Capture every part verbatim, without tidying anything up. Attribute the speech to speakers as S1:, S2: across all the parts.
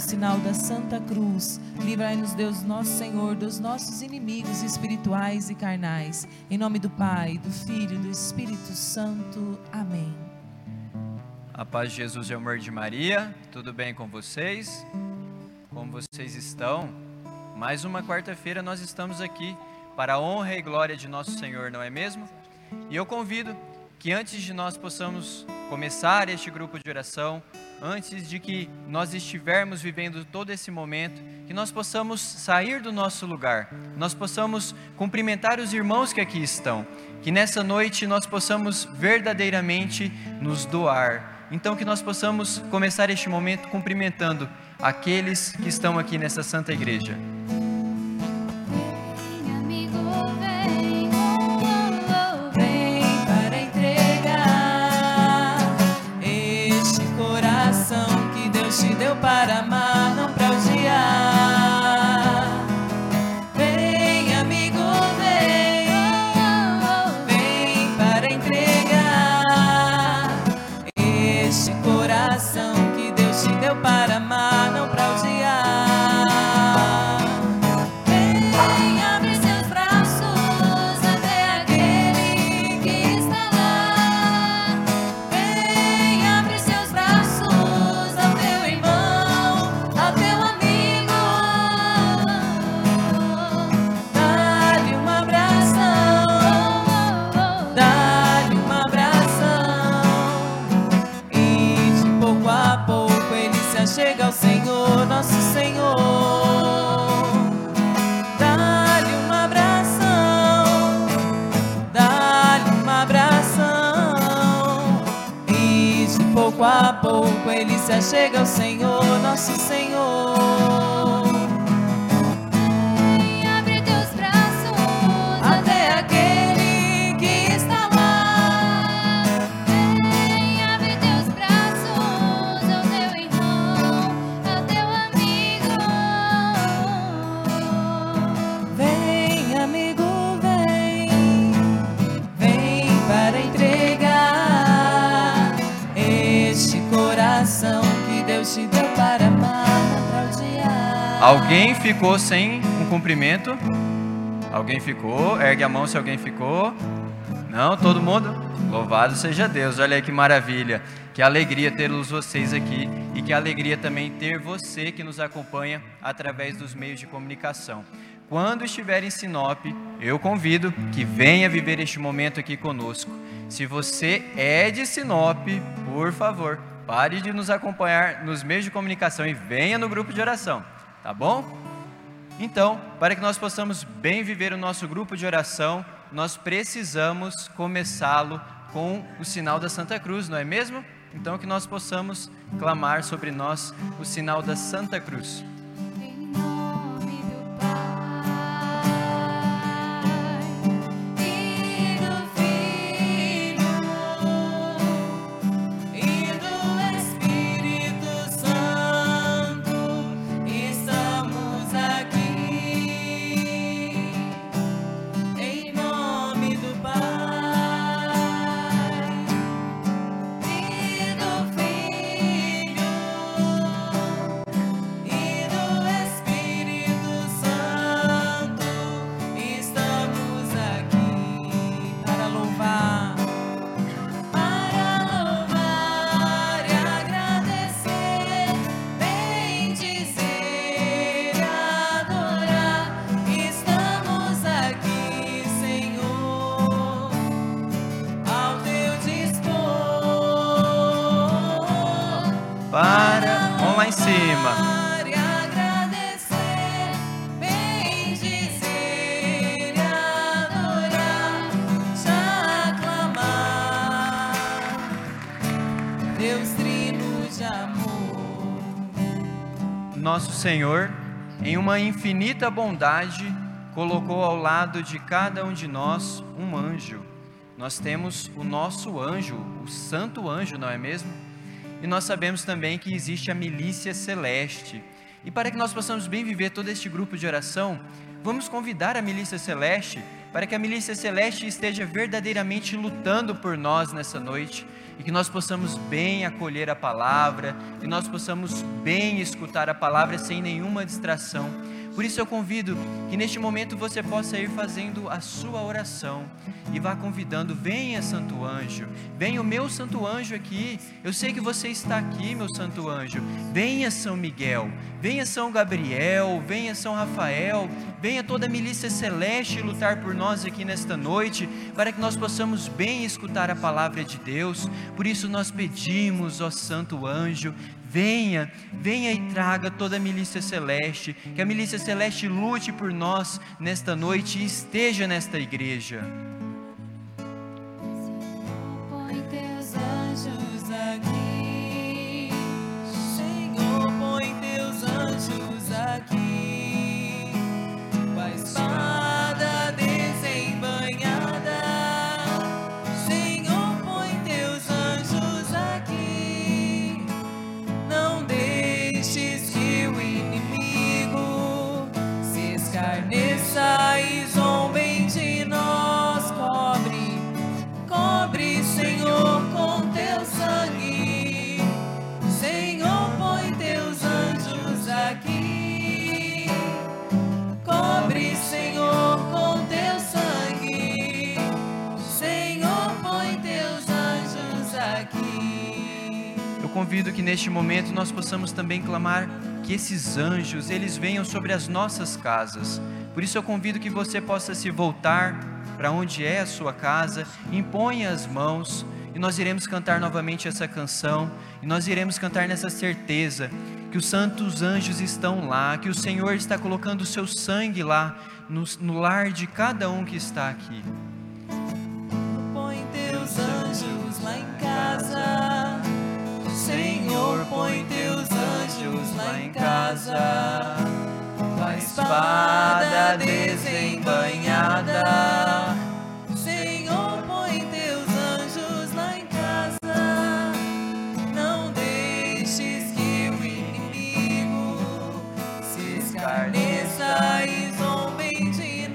S1: sinal da Santa Cruz, livrai-nos Deus nosso Senhor dos nossos inimigos espirituais e carnais. Em nome do Pai, do Filho e do Espírito Santo. Amém.
S2: A paz de Jesus e o amor de Maria, tudo bem com vocês? Como vocês estão? Mais uma quarta-feira nós estamos aqui para a honra e glória de nosso Senhor, não é mesmo? E eu convido que antes de nós possamos começar este grupo de oração, antes de que nós estivermos vivendo todo esse momento, que nós possamos sair do nosso lugar, nós possamos cumprimentar os irmãos que aqui estão, que nessa noite nós possamos verdadeiramente nos doar. Então que nós possamos começar este momento cumprimentando aqueles que estão aqui nessa Santa Igreja.
S1: Te deu para amar, não para odiar. Vem, amigo, vem, vem para entregar este coração que Deus te deu para amar, não para odiar. Vem, abre seus braços até aquele que está lá. Vem, abre seus braços ao teu irmão, ao teu amigo. Dá-lhe um abração, dá-lhe um abração. E de pouco a pouco ele se achega ao Senhor, nosso Senhor. Dá-lhe um abração, dá-lhe um abração. E de pouco a pouco ele se achega ao Senhor, nosso Senhor. Vem, abre teus braços até aquele que está lá. Vem, abre teus braços ao teu irmão, ao teu amigo. Vem, amigo, vem, vem para entregar este coração que Deus te deu para amar, não para odiar.
S2: Alguém ficou sem um cumprimento? Alguém ficou? Ergue a mão se alguém ficou. Não? Todo mundo? Louvado seja Deus, olha aí que maravilha. Que alegria tê-los vocês aqui e que alegria também ter você que nos acompanha através dos meios de comunicação. Quando estiver em Sinop, eu convido que venha viver este momento aqui conosco. Se você é de Sinop, por favor, pare de nos acompanhar nos meios de comunicação e venha no grupo de oração, tá bom? Então, para que nós possamos bem viver o nosso grupo de oração, nós precisamos começá-lo com o sinal da Santa Cruz, não é mesmo? Então que nós possamos clamar sobre nós o sinal da Santa Cruz.
S1: Em nome do Pai e do Filho e do Espírito Santo, estamos aqui. Em nome do Pai e do Filho e do Espírito Santo, estamos aqui para louvar, para louvar e agradecer, bendizer e adorar. Estamos aqui, Senhor, ao teu dispor.
S2: Para, vamos lá em cima.
S1: E agradecer, bendizer e adorar, te aclamar, Deus trino de amor.
S2: Nosso Senhor, em uma infinita bondade, colocou ao lado de cada um de nós um anjo. Nós temos o nosso anjo, o santo anjo, não é mesmo? E nós sabemos também que existe a milícia celeste. E para que nós possamos bem viver todo este grupo de oração, vamos convidar a milícia celeste, para que a milícia celeste esteja verdadeiramente lutando por nós nessa noite, e que nós possamos bem acolher a palavra, que nós possamos bem escutar a palavra sem nenhuma distração. Por isso eu convido que neste momento você possa ir fazendo a sua oração e vá convidando: venha santo anjo, venha o meu santo anjo aqui, eu sei que você está aqui, meu santo anjo. Venha São Miguel, venha São Gabriel, venha São Rafael, venha toda a milícia celeste lutar por nós aqui nesta noite, para que nós possamos bem escutar a palavra de Deus. Por isso nós pedimos, ó santo anjo, venha, venha e traga toda a milícia celeste, que a milícia celeste lute por nós nesta noite e esteja nesta igreja.
S1: Põe teus anjos aqui, Senhor, põe teus anjos aqui, com a espada desembainhada. Senhor, põe teus anjos aqui, não deixes que o inimigo se escarneça e zombem de nós. Cobre, cobre, Senhor, com teu sangue. Senhor, põe teus anjos aqui. Cobre, Senhor, com teu sangue. Senhor, põe teus anjos aqui.
S2: Eu convido que neste momento nós possamos também clamar que esses anjos, eles venham sobre as nossas casas. Por isso eu convido que você possa se voltar para onde é a sua casa, imponha as mãos, e nós iremos cantar novamente essa canção, e nós iremos cantar nessa certeza que os santos anjos estão lá, que o Senhor está colocando o seu sangue lá, no, no lar de cada um que está aqui.
S1: Põe teus anjos lá em casa, Senhor, põe teus anjos lá em casa, com a espada desembainhada. Senhor, põe teus anjos lá em casa, não deixes que o inimigo se escarneça e zombem de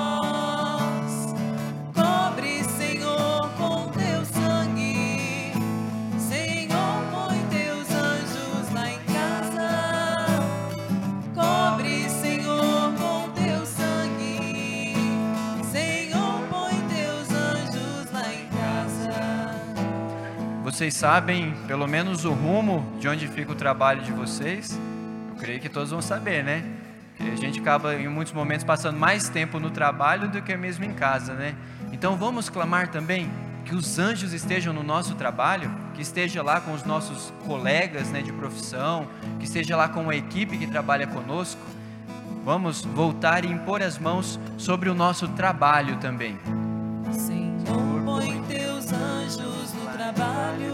S1: nós. Cobre, Senhor, com teu sangue. Senhor, põe teus anjos lá em casa. Cobre, Senhor, com teu sangue. Senhor, põe teus anjos lá em casa.
S2: Vocês sabem pelo menos o rumo de onde fica o trabalho de vocês? Eu creio que todos vão saber, né? Porque a gente acaba em muitos momentos passando mais tempo no trabalho do que mesmo em casa, né? Então vamos clamar também que os anjos estejam no nosso trabalho, que esteja lá com os nossos colegas, né, de profissão, que esteja lá com a equipe que trabalha conosco. Vamos voltar e impor as mãos sobre o nosso trabalho também.
S1: Senhor, põe teus anjos no trabalho.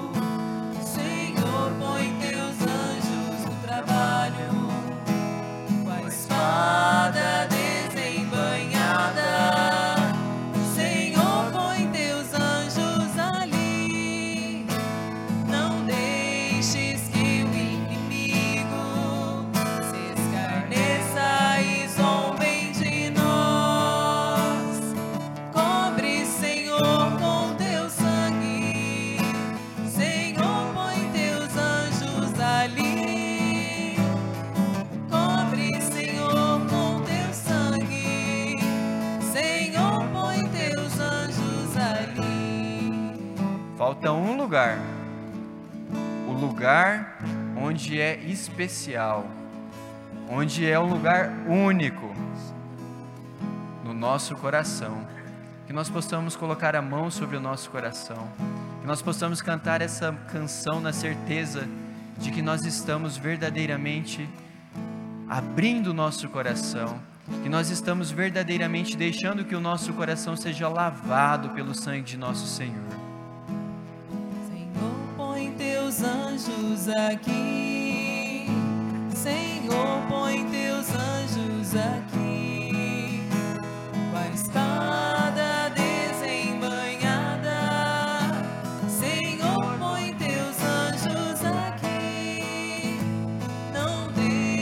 S1: Senhor, põe teus anjos no trabalho, com a espada desembainhada. Senhor, põe teus anjos ali, não deixes que o inimigo se escarneça e zombem de nós. Cobre, Senhor, com teu sangue. Senhor, põe teus anjos ali. Cobre, Senhor, com teu sangue. Senhor, põe teus anjos ali.
S2: Falta um lugar, o lugar onde é especial, onde é um lugar único no nosso coração, que nós possamos colocar a mão sobre o nosso coração, que nós possamos cantar essa canção na certeza de que nós estamos verdadeiramente abrindo o nosso coração, que nós estamos verdadeiramente deixando que o nosso coração seja lavado pelo sangue de nosso Senhor.
S1: Senhor, põe teus anjos aqui. Senhor, põe teus anjos aqui, com a espada desembainhada. Senhor, põe teus anjos aqui, não deixes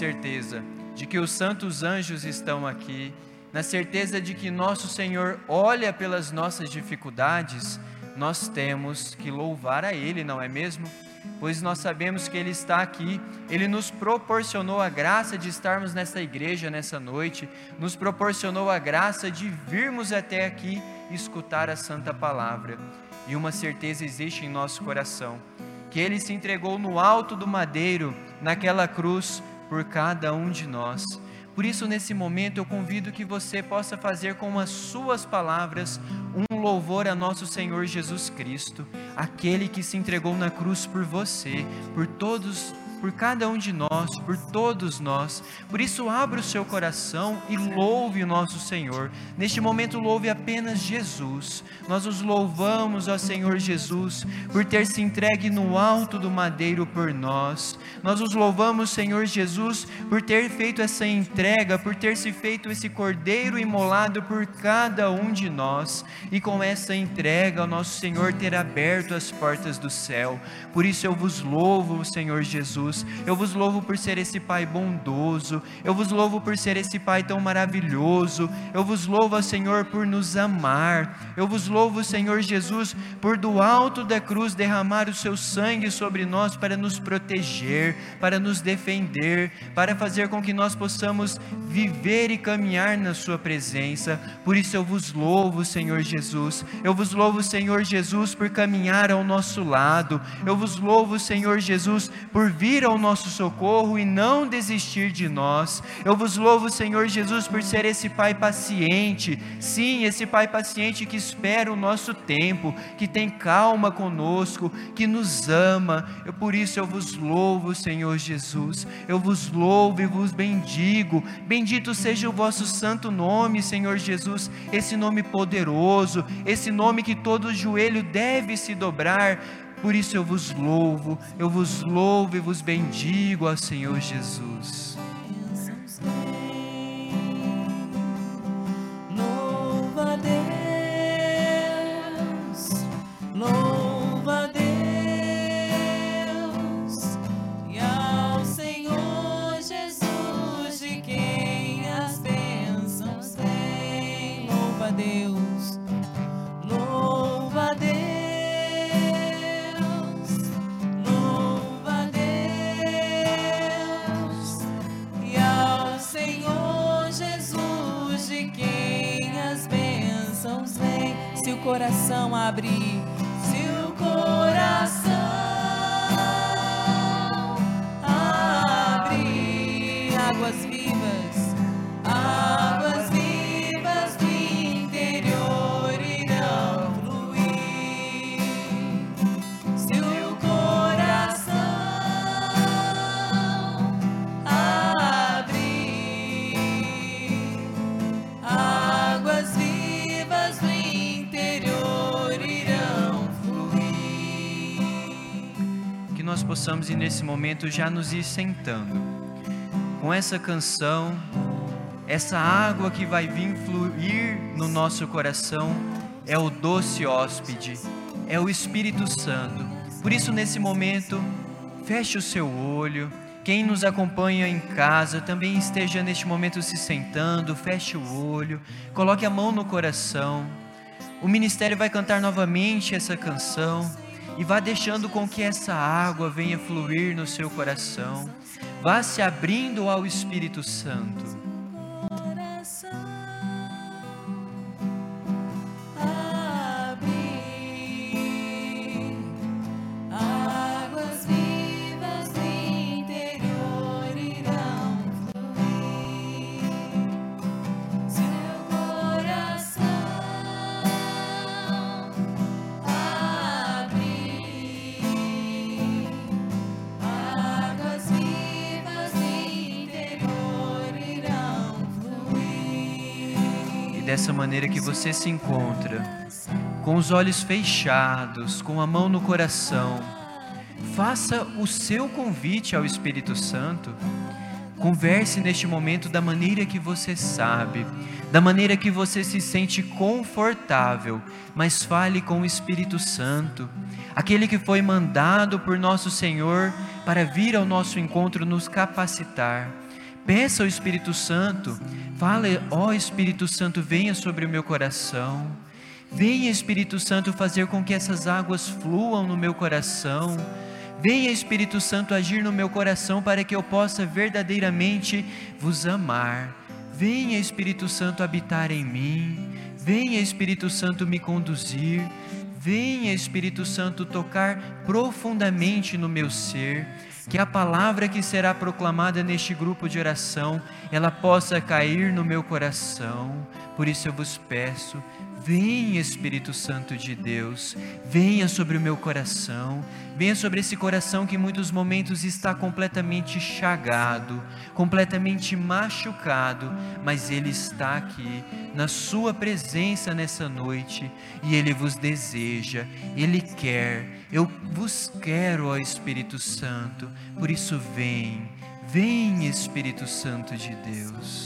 S2: certeza de que os santos anjos estão aqui, na certeza de que nosso Senhor olha pelas nossas dificuldades, nós temos que louvar a Ele, não é mesmo? Pois nós sabemos que Ele está aqui, Ele nos proporcionou a graça de estarmos nessa igreja nessa noite, nos proporcionou a graça de virmos até aqui escutar a Santa Palavra. E uma certeza existe em nosso coração, que Ele se entregou no alto do madeiro, naquela cruz, por cada um de nós. Por isso, nesse momento, eu convido que você possa fazer com as suas palavras um louvor a nosso Senhor Jesus Cristo, aquele que se entregou na cruz por você, por todos, por cada um de nós, por todos nós. Por isso, abra o seu coração e louve o nosso Senhor. Neste momento, louve apenas Jesus. Nós os louvamos, ó Senhor Jesus, por ter se entregue no alto do madeiro por nós. Nós os louvamos, Senhor Jesus, por ter feito essa entrega, por ter se feito esse cordeiro imolado por cada um de nós. E com essa entrega, o nosso Senhor ter aberto as portas do céu. Por isso eu vos louvo, Senhor Jesus. Eu vos louvo por ser esse Pai bondoso, eu vos louvo por ser esse Pai tão maravilhoso, eu vos louvo, Senhor, por nos amar, eu vos louvo, Senhor Jesus, por do alto da cruz derramar o seu sangue sobre nós para nos proteger, para nos defender, para fazer com que nós possamos viver e caminhar na sua presença. Por isso eu vos louvo, Senhor Jesus, eu vos louvo, Senhor Jesus, por caminhar ao nosso lado, eu vos louvo, Senhor Jesus, por vir ao nosso socorro e não desistir de nós. Eu vos louvo, Senhor Jesus, por ser esse Pai paciente, sim, esse Pai paciente que espera o nosso tempo, que tem calma conosco, que nos ama. Eu, por isso eu vos louvo, Senhor Jesus, eu vos louvo e vos bendigo. Bendito seja o vosso santo nome, Senhor Jesus, esse nome poderoso, esse nome que todo joelho deve se dobrar. Por isso eu vos louvo, eu vos louvo e vos bendigo, ó Senhor Jesus.
S1: Louva a Deus, louva a Deus, e ao Senhor Jesus, de quem as bênçãos vêm. Louva a Deus, louva a Deus. Se o coração abrir, se o coração abrir, águas vivas, águas vivas do interior irão fluir. Se o coração abrir, águas vivas do
S2: nós possamos ir nesse momento já nos ir sentando com essa canção, essa água que vai vir fluir no nosso coração é o doce hóspede, é o Espírito Santo. Por isso nesse momento feche o seu olho. Quem nos acompanha em casa também esteja neste momento se sentando, feche o olho, coloque a mão no coração. O ministério vai cantar novamente essa canção. E vá deixando com que essa água venha fluir no seu coração. Vá se abrindo ao Espírito Santo. Dessa maneira que você se encontra, com os olhos fechados, com a mão no coração, faça o seu convite ao Espírito Santo. Converse neste momento da maneira que você sabe, da maneira que você se sente confortável, mas fale com o Espírito Santo, aquele que foi mandado por nosso Senhor para vir ao nosso encontro nos capacitar. Peça ao Espírito Santo, fale, ó Espírito Santo, venha sobre o meu coração. Venha, Espírito Santo, fazer com que essas águas fluam no meu coração. Venha, Espírito Santo, agir no meu coração para que eu possa verdadeiramente vos amar. Venha, Espírito Santo, habitar em mim. Venha, Espírito Santo, me conduzir. Venha, Espírito Santo, tocar profundamente no meu ser. Que a palavra que será proclamada neste grupo de oração, ela possa cair no meu coração. Por isso eu vos peço, venha, Espírito Santo de Deus, venha sobre o meu coração, venha sobre esse coração que em muitos momentos está completamente chagado, completamente machucado, mas Ele está aqui, na sua presença nessa noite, e Ele vos deseja, Ele quer, eu vos quero, ó Espírito Santo, por isso vem, vem, Espírito Santo de Deus.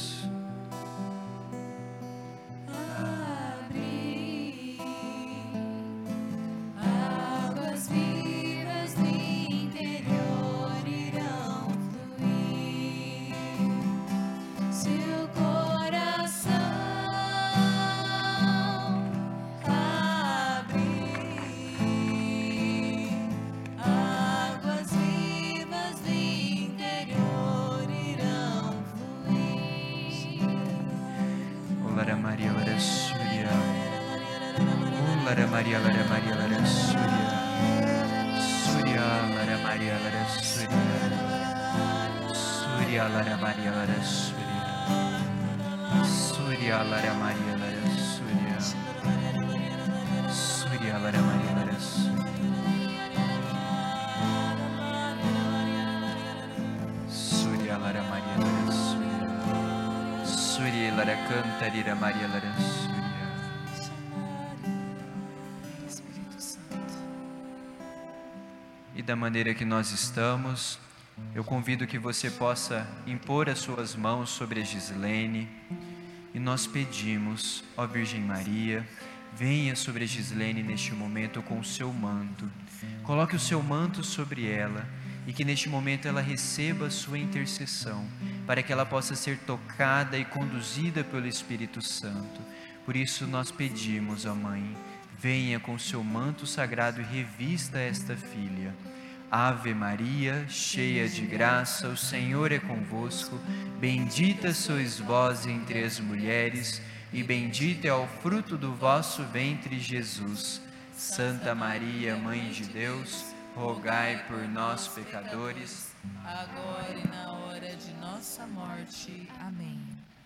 S2: E da maneira que nós estamos, eu convido que você possa impor as suas mãos sobre a Gislene, e nós pedimos, ó Virgem Maria, venha sobre a Gislene neste momento com o seu manto, coloque o seu manto sobre ela, e que neste momento ela receba a sua intercessão, para que ela possa ser tocada e conduzida pelo Espírito Santo. Por isso nós pedimos, ó Mãe, venha com o seu manto sagrado e revista esta filha. Ave Maria, cheia de graça, o Senhor é convosco, bendita sois vós entre as mulheres, e bendito é o fruto do vosso ventre, Jesus. Santa Maria, Mãe de Deus, rogai por nós, pecadores,
S1: agora e na hora de nossa morte. Amém.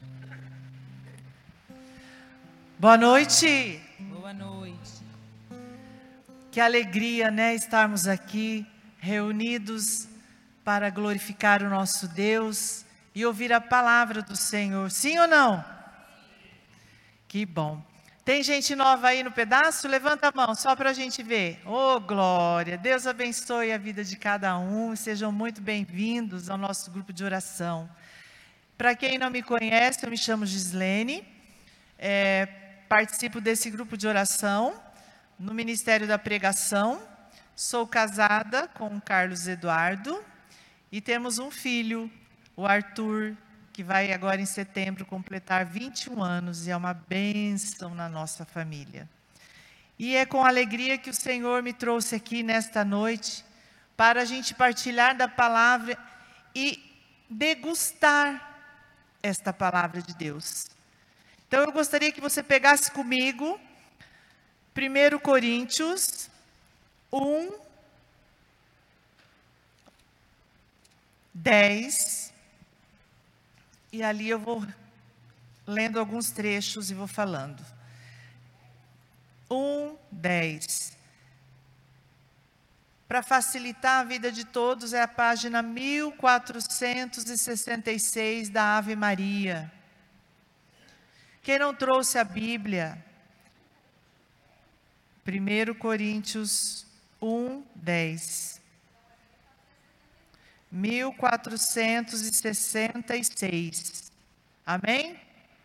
S3: Boa noite.
S1: Boa noite.
S3: Que alegria, né, estarmos aqui reunidos para glorificar o nosso Deus e ouvir a palavra do Senhor. Sim ou não? Que bom. Tem gente nova aí no pedaço? Levanta a mão, só para a gente ver. Oh, glória! Deus abençoe a vida de cada um. Sejam muito bem-vindos ao nosso grupo de oração. Para quem não me conhece, eu me chamo Gislene. É, participo desse grupo de oração no Ministério da Pregação. Sou casada com o Carlos Eduardo e temos um filho, o Arthur, que vai agora em setembro completar vinte e um anos e é uma bênção na nossa família. E é com alegria que o Senhor me trouxe aqui nesta noite para a gente partilhar da palavra e degustar esta palavra de Deus. Então eu gostaria que você pegasse comigo primeiro Coríntios um, dez, e ali eu vou lendo alguns trechos e vou falando. um, dez. Para facilitar a vida de todos, é a página mil quatrocentos e sessenta e seis da Ave Maria. Quem não trouxe a Bíblia, primeiro Coríntios um, dez. mil quatrocentos e sessenta e seis. Amém?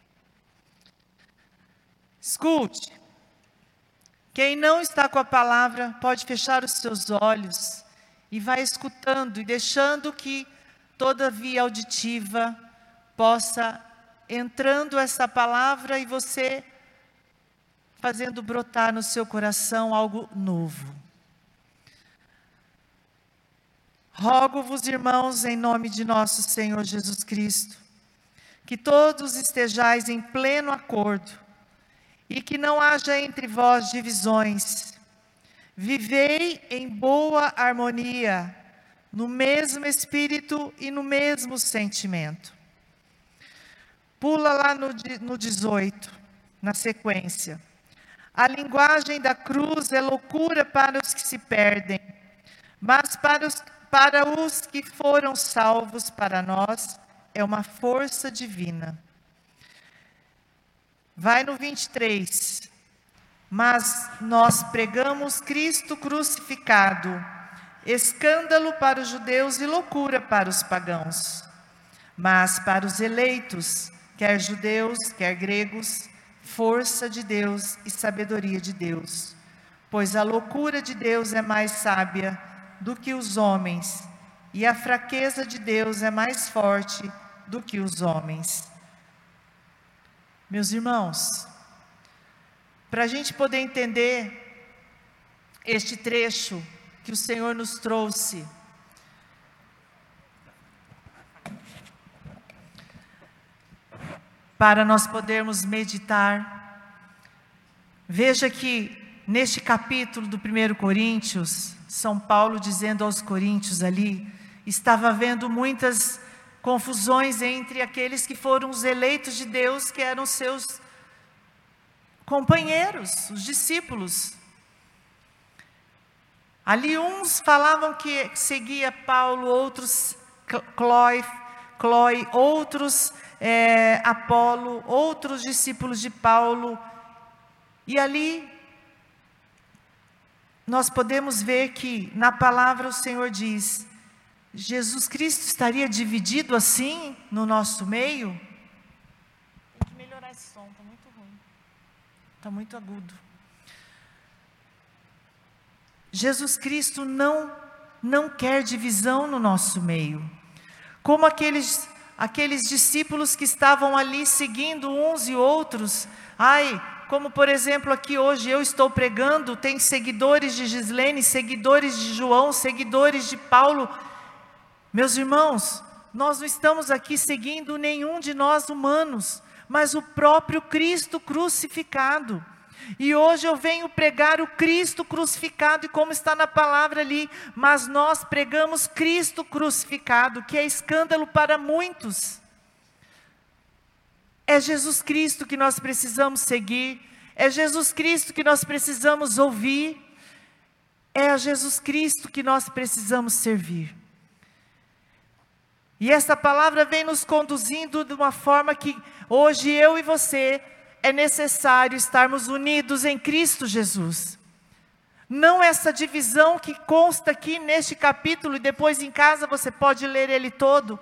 S3: Escute. Quem não está com a palavra, pode fechar os seus olhos e vai escutando e deixando que toda via auditiva possa entrando essa palavra e você fazendo brotar no seu coração algo novo. Rogo-vos, irmãos, em nome de nosso Senhor Jesus Cristo, que todos estejais em pleno acordo e que não haja entre vós divisões. Vivei em boa harmonia, no mesmo espírito e no mesmo sentimento. Pula lá no, no dezoito, na sequência. A linguagem da cruz é loucura para os que se perdem, mas para os, para os que foram salvos, para nós, é uma força divina. Vai no vinte e três. Mas nós pregamos Cristo crucificado, escândalo para os judeus e loucura para os pagãos. Mas para os eleitos, quer judeus, quer gregos, força de Deus e sabedoria de Deus. Pois a loucura de Deus é mais sábia do que os homens, e a fraqueza de Deus é mais forte do que os homens. Meus irmãos, para a gente poder entender este trecho que o Senhor nos trouxe, para nós podermos meditar, veja que neste capítulo do primeiro Coríntios, São Paulo dizendo aos coríntios ali, estava havendo muitas confusões entre aqueles que foram os eleitos de Deus, que eram seus companheiros, os discípulos. Ali uns falavam que seguia Paulo, outros Cloe, Cloe outros é, Apolo, outros discípulos de Paulo. E ali nós podemos ver que na palavra o Senhor diz, Jesus Cristo estaria dividido assim no nosso meio? Tem que melhorar esse som, está muito ruim. Está muito agudo. Jesus Cristo não, não quer divisão no nosso meio. Como aqueles, aqueles discípulos que estavam ali seguindo uns e outros. Ai, como por exemplo aqui hoje eu estou pregando, tem seguidores de Gislene, seguidores de João, seguidores de Paulo. Meus irmãos, nós não estamos aqui seguindo nenhum de nós humanos, mas o próprio Cristo crucificado. E hoje eu venho pregar o Cristo crucificado, e como está na palavra ali, mas nós pregamos Cristo crucificado, que é escândalo para muitos. É Jesus Cristo que nós precisamos seguir, é Jesus Cristo que nós precisamos ouvir, é a Jesus Cristo que nós precisamos servir. E essa palavra vem nos conduzindo de uma forma que hoje eu e você é necessário estarmos unidos em Cristo Jesus. Não essa divisão que consta aqui neste capítulo, e depois em casa você pode ler ele todo,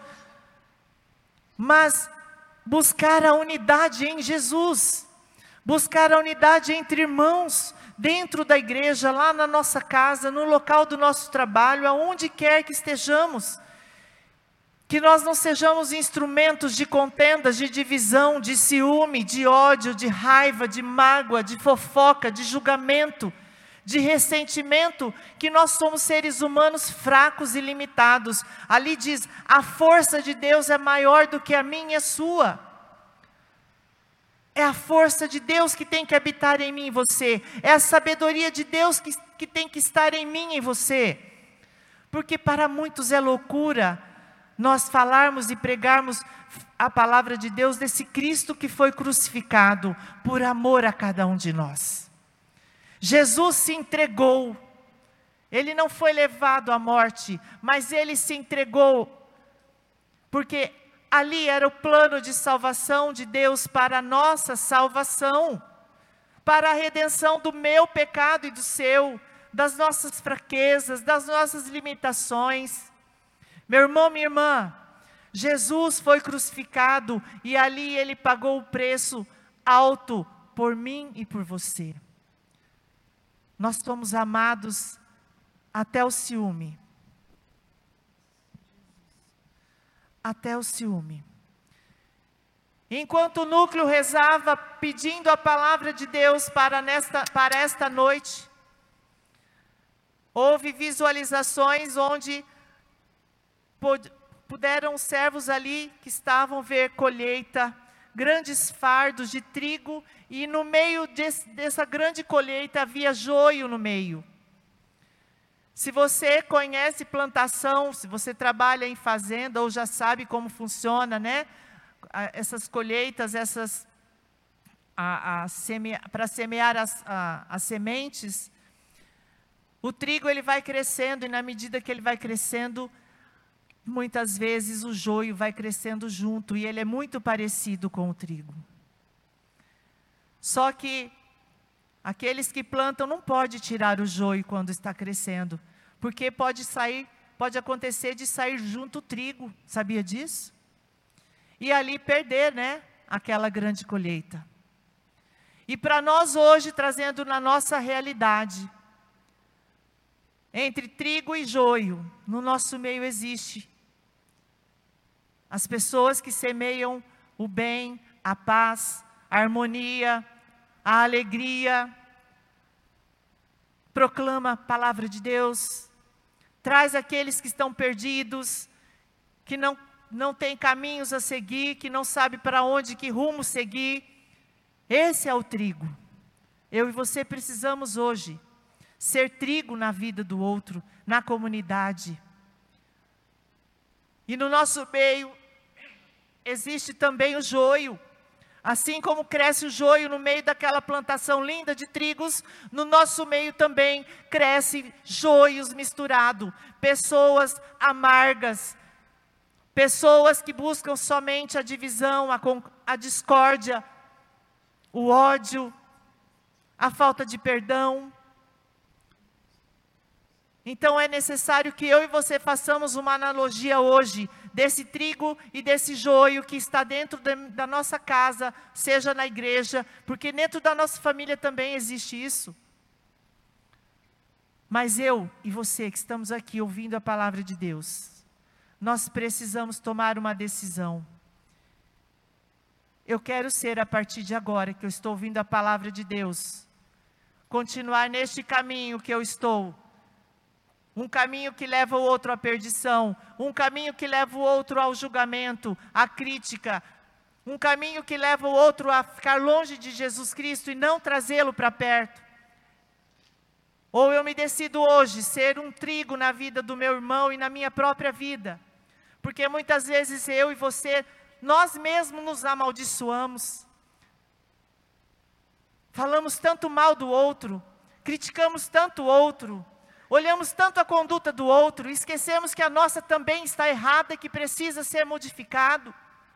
S3: mas buscar a unidade em Jesus, buscar a unidade entre irmãos, dentro da igreja, lá na nossa casa, no local do nosso trabalho, aonde quer que estejamos. Que nós não sejamos instrumentos de contendas, de divisão, de ciúme, de ódio, de raiva, de mágoa, de fofoca, de julgamento, de ressentimento, que nós somos seres humanos fracos e limitados. Ali diz, a força de Deus é maior do que a minha e a sua. É a força de Deus que tem que habitar em mim e você. É a sabedoria de Deus que, que tem que estar em mim e você. Porque para muitos é loucura nós falarmos e pregarmos a palavra de Deus desse Cristo que foi crucificado por amor a cada um de nós. Jesus se entregou, ele não foi levado à morte, mas ele se entregou, porque ali era o plano de salvação de Deus para a nossa salvação, para a redenção do meu pecado e do seu, das nossas fraquezas, das nossas limitações. Meu irmão, minha irmã, Jesus foi crucificado e ali ele pagou o preço alto por mim e por você. Nós somos amados até o ciúme. Até o ciúme. Enquanto o núcleo rezava, pedindo a palavra de Deus para, nesta, para esta noite, houve visualizações onde puderam os servos ali que estavam ver colheita, grandes fardos de trigo, e no meio desse, dessa grande colheita havia joio no meio. Se você conhece plantação, se você trabalha em fazenda ou já sabe como funciona, né? Essas colheitas, essas a, a seme, para semear as, a, as sementes, o trigo ele vai crescendo, e na medida que ele vai crescendo, muitas vezes o joio vai crescendo junto, e ele é muito parecido com o trigo. Só que aqueles que plantam não podem tirar o joio quando está crescendo, porque pode sair, pode acontecer de sair junto o trigo, sabia disso? E ali perder, né, aquela grande colheita. E para nós hoje, trazendo na nossa realidade, entre trigo e joio, no nosso meio existe as pessoas que semeiam o bem, a paz, a harmonia, a alegria, proclama a palavra de Deus, traz aqueles que estão perdidos, que não, não têm caminhos a seguir, que não sabem para onde, que rumo seguir. Esse é o trigo. Eu e você precisamos hoje ser trigo na vida do outro, na comunidade. E no nosso meio existe também o joio. Assim como cresce o joio no meio daquela plantação linda de trigos, no nosso meio também cresce joios misturados, pessoas amargas, pessoas que buscam somente a divisão, a, a discórdia, o ódio, a falta de perdão. Então é necessário que eu e você façamos uma analogia hoje, desse trigo e desse joio que está dentro de, da nossa casa, seja na igreja, porque dentro da nossa família também existe isso. Mas eu e você que estamos aqui ouvindo a palavra de Deus, nós precisamos tomar uma decisão. Eu quero ser, a partir de agora que eu estou ouvindo a palavra de Deus, continuar neste caminho que eu estou, um caminho que leva o outro à perdição, um caminho que leva o outro ao julgamento, à crítica, um caminho que leva o outro a ficar longe de Jesus Cristo e não trazê-lo para perto. Ou eu me decido hoje ser um trigo na vida do meu irmão e na minha própria vida, porque muitas vezes eu e você, nós mesmos nos amaldiçoamos, falamos tanto mal do outro, criticamos tanto o outro, olhamos tanto a conduta do outro, e esquecemos que a nossa também está errada e que precisa ser modificado.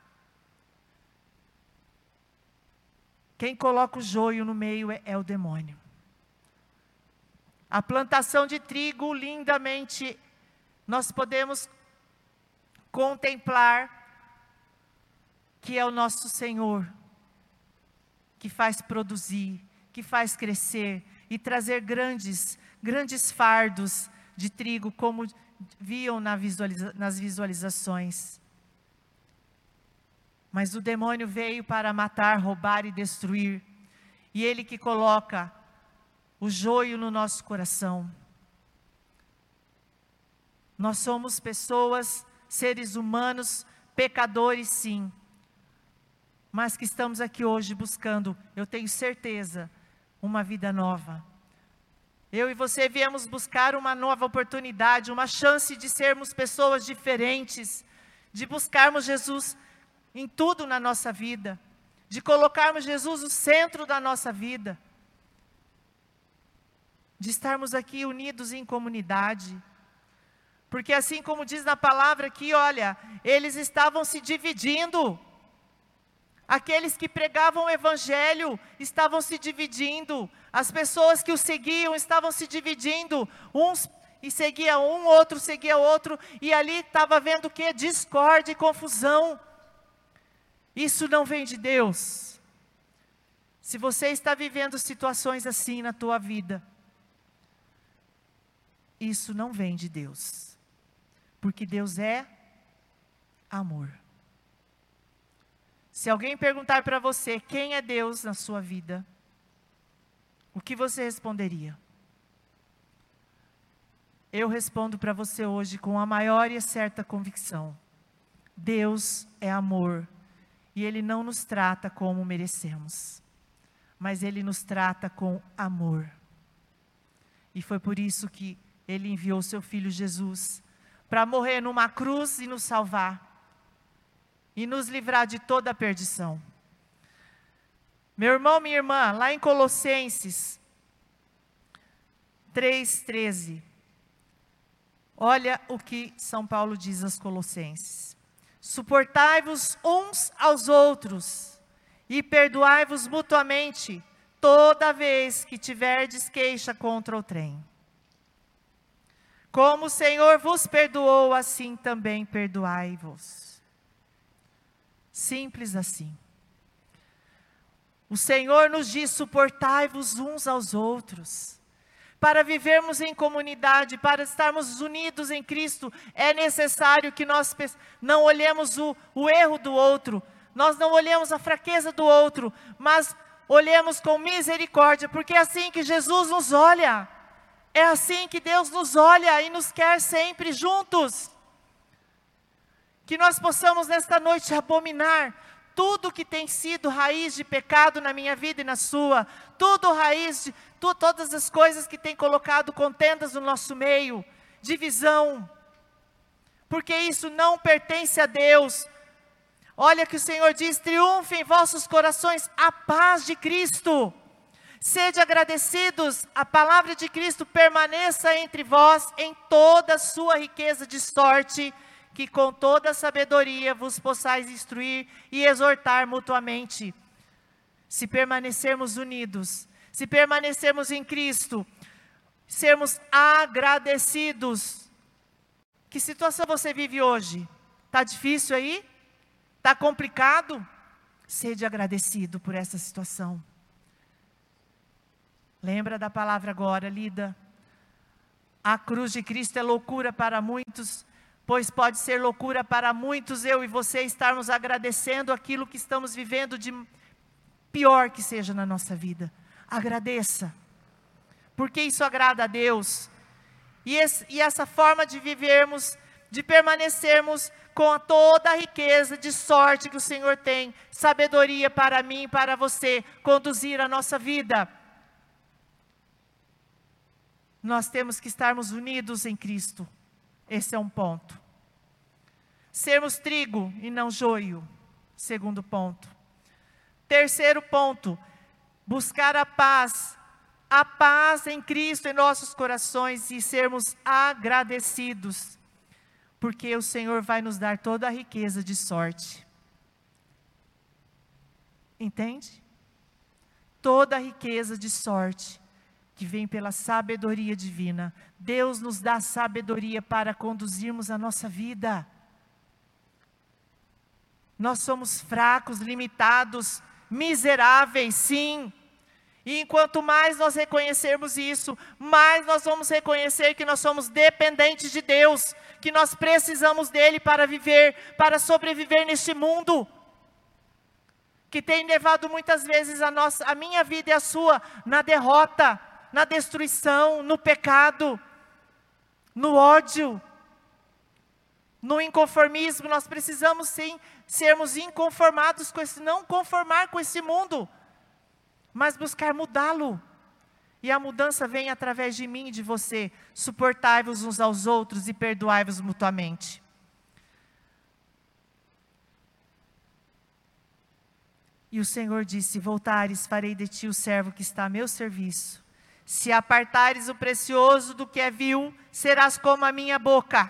S3: Quem coloca o joio no meio é, é o demônio. A plantação de trigo, lindamente, nós podemos contemplar que é o nosso Senhor, que faz produzir, que faz crescer e trazer grandes grandes fardos de trigo, como viam na visualiza, nas visualizações. Mas o demônio veio para matar, roubar e destruir. E ele que coloca o joio no nosso coração. Nós somos pessoas, seres humanos, pecadores sim, mas que estamos aqui hoje buscando, eu tenho certeza, uma vida nova. Eu e você viemos buscar uma nova oportunidade, uma chance de sermos pessoas diferentes, de buscarmos Jesus em tudo na nossa vida, de colocarmos Jesus no centro da nossa vida, de estarmos aqui unidos em comunidade, porque assim como diz na palavra aqui, olha, eles estavam se dividindo. Aqueles que pregavam o evangelho estavam se dividindo, as pessoas que o seguiam estavam se dividindo, uns e seguia um, outro seguia outro, e ali estava vendo o que? Discórdia e confusão. Isso não vem de Deus. Se você está vivendo situações assim na tua vida, isso não vem de Deus, porque Deus é amor. Se alguém perguntar para você quem é Deus na sua vida, o que você responderia? Eu respondo para você hoje com a maior e certa convicção. Deus é amor e Ele não nos trata como merecemos, mas Ele nos trata com amor. E foi por isso que Ele enviou seu Filho Jesus para morrer numa cruz e nos salvar e nos livrar de toda a perdição. Meu irmão, minha irmã, lá em Colossenses três, treze, olha o que São Paulo diz aos Colossenses: suportai-vos uns aos outros e perdoai-vos mutuamente toda vez que tiverdes queixa contra o trem. Como o Senhor vos perdoou, assim também perdoai-vos. Simples assim. O Senhor nos diz: suportai-vos uns aos outros. Para vivermos em comunidade, para estarmos unidos em Cristo, é necessário que nós não olhemos o, o erro do outro, nós não olhemos a fraqueza do outro, mas olhemos com misericórdia, porque é assim que Jesus nos olha, é assim que Deus nos olha e nos quer sempre juntos. Que nós possamos nesta noite abominar tudo que tem sido raiz de pecado na minha vida e na sua, tudo raiz de tu, todas as coisas que tem colocado contendas no nosso meio, divisão, porque isso não pertence a Deus. Olha que o Senhor diz: triunfe em vossos corações a paz de Cristo, sede agradecidos, a palavra de Cristo permaneça entre vós em toda a sua riqueza de sorte, que com toda a sabedoria vos possais instruir e exortar mutuamente. Se permanecermos unidos, se permanecermos em Cristo, sermos agradecidos. Que situação você vive hoje? Está difícil aí? Está complicado? Sede agradecido por essa situação. Lembra da palavra agora lida? A cruz de Cristo é loucura para muitos, pois pode ser loucura para muitos eu e você estarmos agradecendo aquilo que estamos vivendo de pior que seja na nossa vida. Agradeça, porque isso agrada a Deus. E, esse, e essa forma de vivermos, de permanecermos com toda a riqueza de sorte que o Senhor tem, sabedoria para mim e para você, conduzir a nossa vida. Nós temos que estarmos unidos em Cristo. Esse é um ponto. Sermos trigo e não joio. Segundo ponto. Terceiro ponto. Buscar a paz. A paz em Cristo em nossos corações e sermos agradecidos. Porque o Senhor vai nos dar toda a riqueza de sorte. Entende? Toda a riqueza de sorte que vem pela sabedoria divina. Deus nos dá sabedoria para conduzirmos a nossa vida. Nós somos fracos, limitados, miseráveis, sim. E enquanto mais nós reconhecermos isso, mais nós vamos reconhecer que nós somos dependentes de Deus, que nós precisamos dEle para viver, para sobreviver neste mundo, que tem levado muitas vezes a, nossa, a minha vida e a sua na derrota, na destruição, no pecado, no ódio, no inconformismo. Nós precisamos sim sermos inconformados com esse, não conformar com esse mundo, mas buscar mudá-lo. E a mudança vem através de mim e de você. Suportai-vos uns aos outros e perdoai-vos mutuamente. E o Senhor disse: se voltares, farei de ti o servo que está a meu serviço. Se apartares o precioso do que é vil, serás como a minha boca.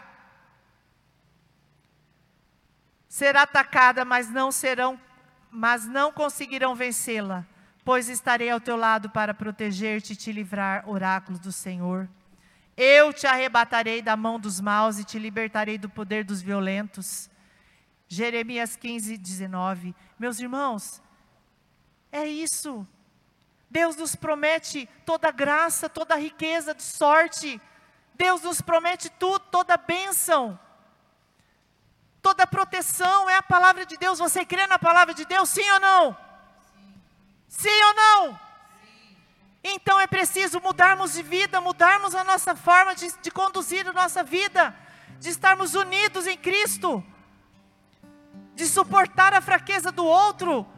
S3: Será atacada, mas não serão, mas não conseguirão vencê-la, pois estarei ao teu lado para proteger-te e te livrar, oráculos do Senhor. Eu te arrebatarei da mão dos maus e te libertarei do poder dos violentos. Jeremias quinze, dezenove. Meus irmãos, é isso. Deus nos promete toda graça, toda riqueza de sorte. Deus nos promete tudo, toda bênção. toda proteção é a palavra de Deus. Você crê na palavra de Deus, sim ou não? Sim, sim ou não? Sim. Então é preciso mudarmos de vida, mudarmos a nossa forma de, de conduzir a nossa vida, de estarmos unidos em Cristo, de suportar a fraqueza do outro.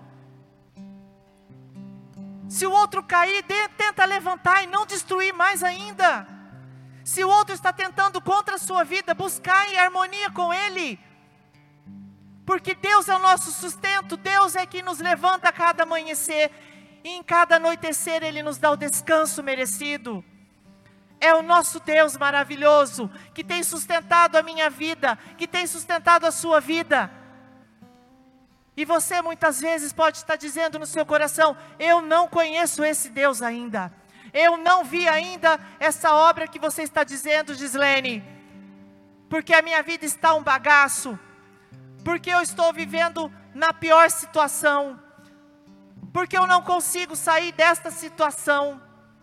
S3: Se o outro cair, de, tenta levantar e não destruir mais ainda. Se o outro está tentando contra a sua vida, buscar em harmonia com ele. Porque Deus é o nosso sustento, Deus é quem nos levanta a cada amanhecer. E em cada anoitecer Ele nos dá o descanso merecido. É o nosso Deus maravilhoso, que tem sustentado a minha vida, que tem sustentado a sua vida. E você muitas vezes pode estar dizendo no seu coração: eu não conheço esse Deus ainda. Eu não vi ainda essa obra que você está dizendo, Gislene. Porque a minha vida está um bagaço. Porque eu estou vivendo na pior situação. Porque eu não consigo sair desta situação.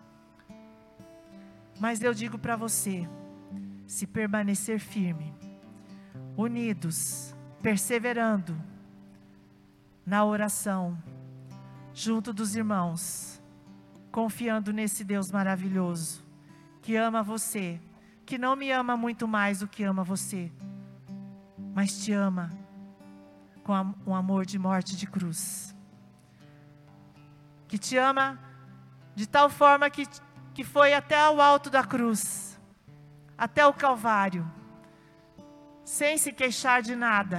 S3: Mas eu digo para você, se permanecer firme, unidos, perseverando na oração, junto dos irmãos, confiando nesse Deus maravilhoso, que ama você, que não me ama muito mais do que ama você, mas te ama com um amor de morte de cruz, que te ama de tal forma que, que foi até o alto da cruz, até o Calvário, sem se queixar de nada,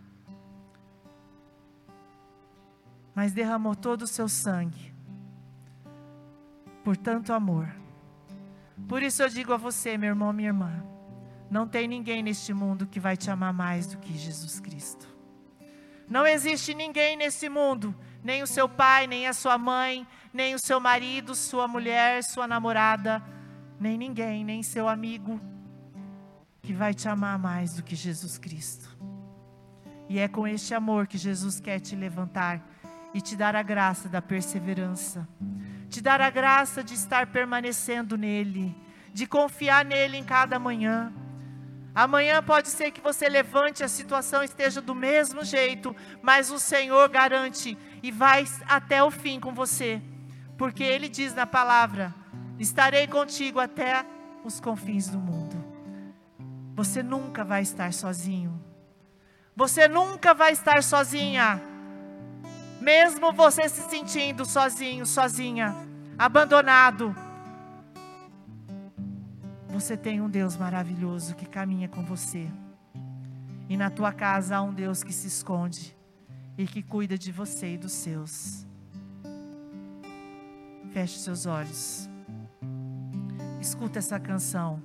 S3: mas derramou todo o seu sangue, por tanto amor. Por isso eu digo a você, meu irmão, minha irmã, não tem ninguém neste mundo que vai te amar mais do que Jesus Cristo. Não existe ninguém nesse mundo, nem o seu pai, nem a sua mãe, nem o seu marido, sua mulher, sua namorada, nem ninguém, nem seu amigo, que vai te amar mais do que Jesus Cristo. E é com este amor que Jesus quer te levantar e te dar a graça da perseverança, te dar a graça de estar permanecendo nele, de confiar nele em cada manhã. Amanhã pode ser que você levante, a situação esteja do mesmo jeito, mas o Senhor garante e vai até o fim com você, porque Ele diz na palavra: estarei contigo até os confins do mundo. Você nunca vai estar sozinho, você nunca vai estar sozinha, mesmo você se sentindo sozinho, sozinha, abandonado. Você tem um Deus maravilhoso que caminha com você. E na tua casa há um Deus que se esconde e que cuida de você e dos seus. Feche seus olhos. Escuta essa canção.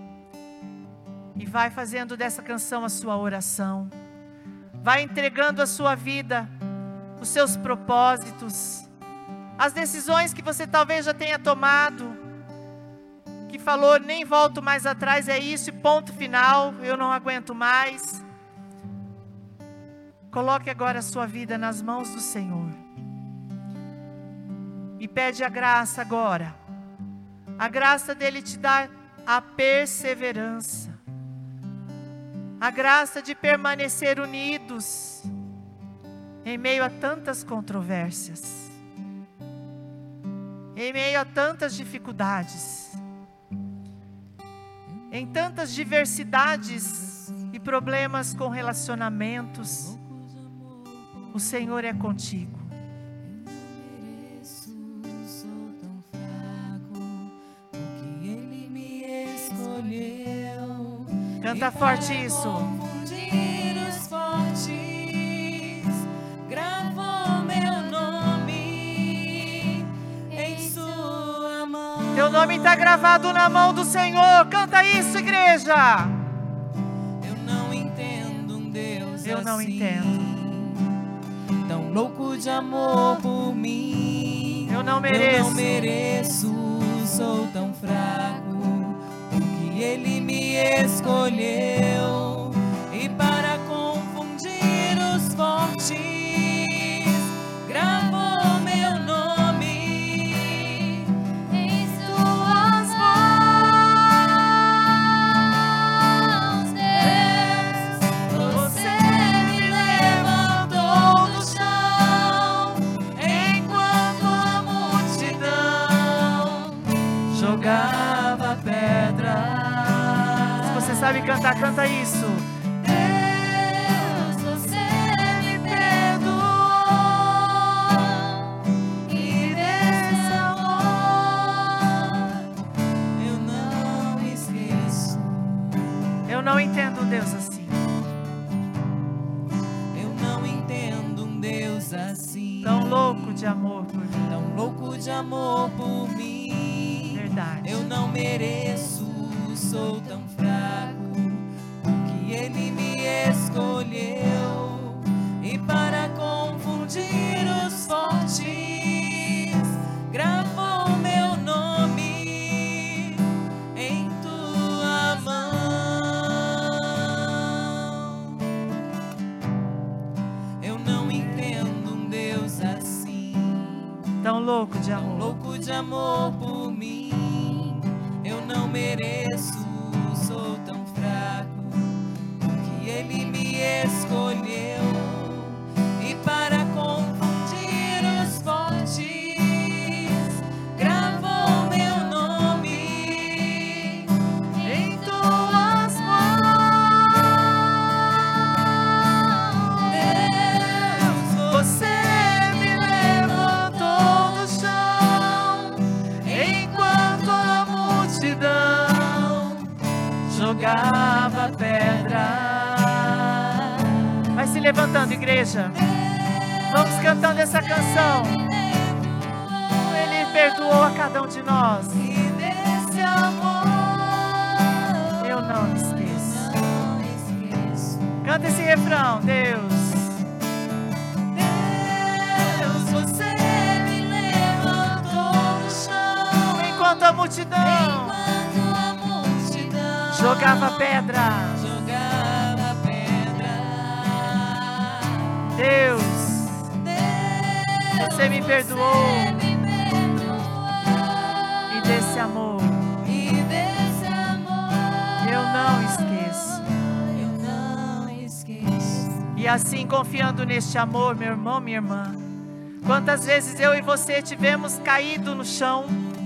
S3: E vai fazendo dessa canção a sua oração. Vai entregando a sua vida, os seus propósitos, as decisões que você talvez já tenha tomado, que falou: nem volto mais atrás, é isso, ponto final, eu não aguento mais. Coloque agora a sua vida nas mãos do Senhor e pede a graça agora, a graça dele te dar a perseverança, a graça de permanecer unidos em meio a tantas controvérsias, em meio a tantas dificuldades, em tantas diversidades e problemas com relacionamentos. O Senhor é contigo. Canta forte isso. Teu nome está gravado na mão do Senhor. Canta isso, igreja.
S1: Eu não entendo um Deus
S3: Eu não
S1: assim,
S3: entendo.
S1: tão louco de amor por mim.
S3: Eu não mereço.
S1: Eu não mereço, sou tão fraco, porque Ele me escolheu. E para confundir os fortes, gravou meu nome em suas mãos, Deus. Você jogava pedra.
S3: Se você sabe cantar, canta isso.
S1: Deus, você me perdoou e desse amor eu não esqueço.
S3: Eu não entendo um Deus assim.
S1: Eu não entendo um Deus assim,
S3: Tão louco de amor por mim.
S1: tão louco de amor por mim.
S3: Verdade.
S1: Eu não mereço, sou tão fraco, porque Ele me escolheu. E para confundir os fortes, gravou meu nome em tua mão. Eu não entendo um Deus assim,
S3: Tão louco de
S1: tão
S3: amor.
S1: louco de amor por mim. Eu não mereço, sou tão fraco, porque Ele me escolheu. E para confundir os fortes, gravou meu nome em tuas mãos. Deus, você me levantou do chão, enquanto a multidão jogava pedra.
S3: Vai se levantando, igreja. Vamos cantando essa canção. Ele perdoou a cada um de nós.
S1: E desse amor
S3: Eu não me esqueço.
S1: não esqueço.
S3: Canta esse refrão, Deus.
S1: Deus, você me levantou do chão,
S3: Enquanto a multidão
S1: enquanto a multidão
S3: jogava pedra.
S1: jogava pedra.
S3: Deus,
S1: Deus,
S3: você me perdoou.
S1: você me perdoou.
S3: E desse amor
S1: E desse amor
S3: eu não esqueço.
S1: eu não esqueço.
S3: E assim, confiando neste amor, meu irmão, minha irmã, quantas vezes eu e você tivemos caído no chão,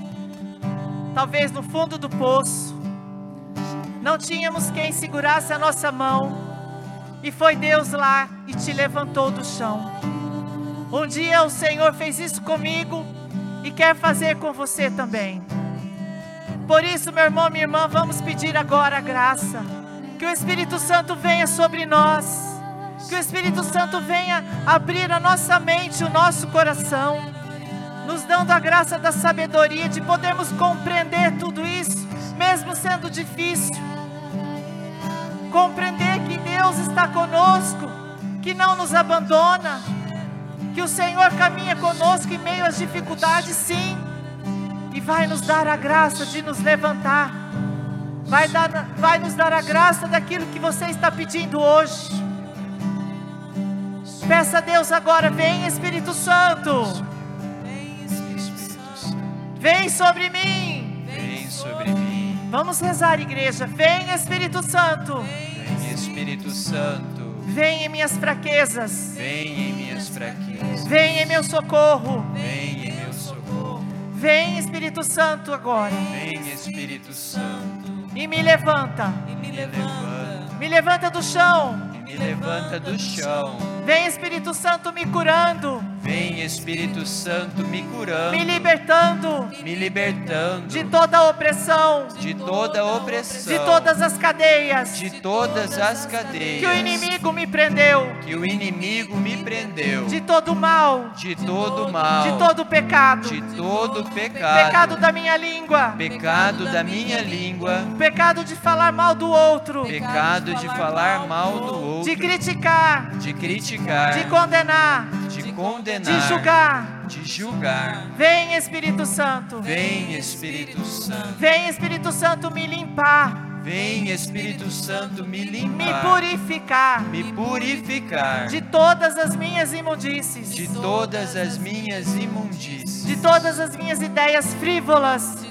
S3: talvez no fundo do poço, não tínhamos quem segurasse a nossa mão, e foi Deus lá e te levantou do chão. Um dia o Senhor fez isso comigo e quer fazer com você também. Por isso, meu irmão, minha irmã, vamos pedir agora a graça, que o Espírito Santo venha sobre nós, que o Espírito Santo venha abrir a nossa mente, o nosso coração, nos dando a graça da sabedoria de podermos compreender tudo isso, mesmo sendo difícil. Compreender que Deus está conosco, que não nos abandona, que o Senhor caminha conosco em meio às dificuldades, sim, e vai nos dar a graça de nos levantar, vai, dar, vai nos dar a graça daquilo que você está pedindo hoje. Peça a Deus agora, vem Espírito Santo,
S1: Vem, Espírito Santo,
S3: vem sobre mim.
S2: Vem sobre mim,
S3: Vamos rezar, igreja. Vem Espírito Santo,
S2: vem Espírito Santo,
S3: vem em minhas fraquezas,
S2: vem em minhas fraquezas,
S3: vem em meu socorro.
S2: vem em meu socorro,
S3: Vem Espírito Santo agora
S2: vem Espírito Santo,
S3: e me levanta,
S1: e me
S2: me
S1: levanta.
S2: levanta,
S3: me levanta do chão.
S2: me levanta do chão,
S3: Vem Espírito Santo me curando,
S2: vem Espírito Santo me curando,
S3: me libertando
S2: me libertando
S3: de toda a opressão,
S2: de toda a opressão,
S3: de todas as cadeias
S2: de todas as
S3: que o
S2: cadeias
S3: inimigo me prendeu,
S2: que o inimigo me prendeu,
S3: de todo o mal,
S2: de todo mal,
S3: de todo o pecado,
S2: de todo pecado,
S3: pecado da minha língua,
S2: pecado da minha língua,
S3: pecado de falar mal do outro,
S2: pecado de falar mal do outro,
S3: de criticar,
S2: de criticar,
S3: de condenar,
S2: de condenar,
S3: de julgar.
S2: de julgar.
S3: Vem Espírito Santo,
S2: Vem Espírito Santo,
S3: vem Espírito Santo me limpar,
S2: vem Espírito Santo me
S3: me
S2: limpar,
S3: purificar
S2: me purificar
S3: de todas as minhas imundícies,
S2: de todas as minhas imundícies,
S3: de todas as minhas ideias frívolas,
S1: De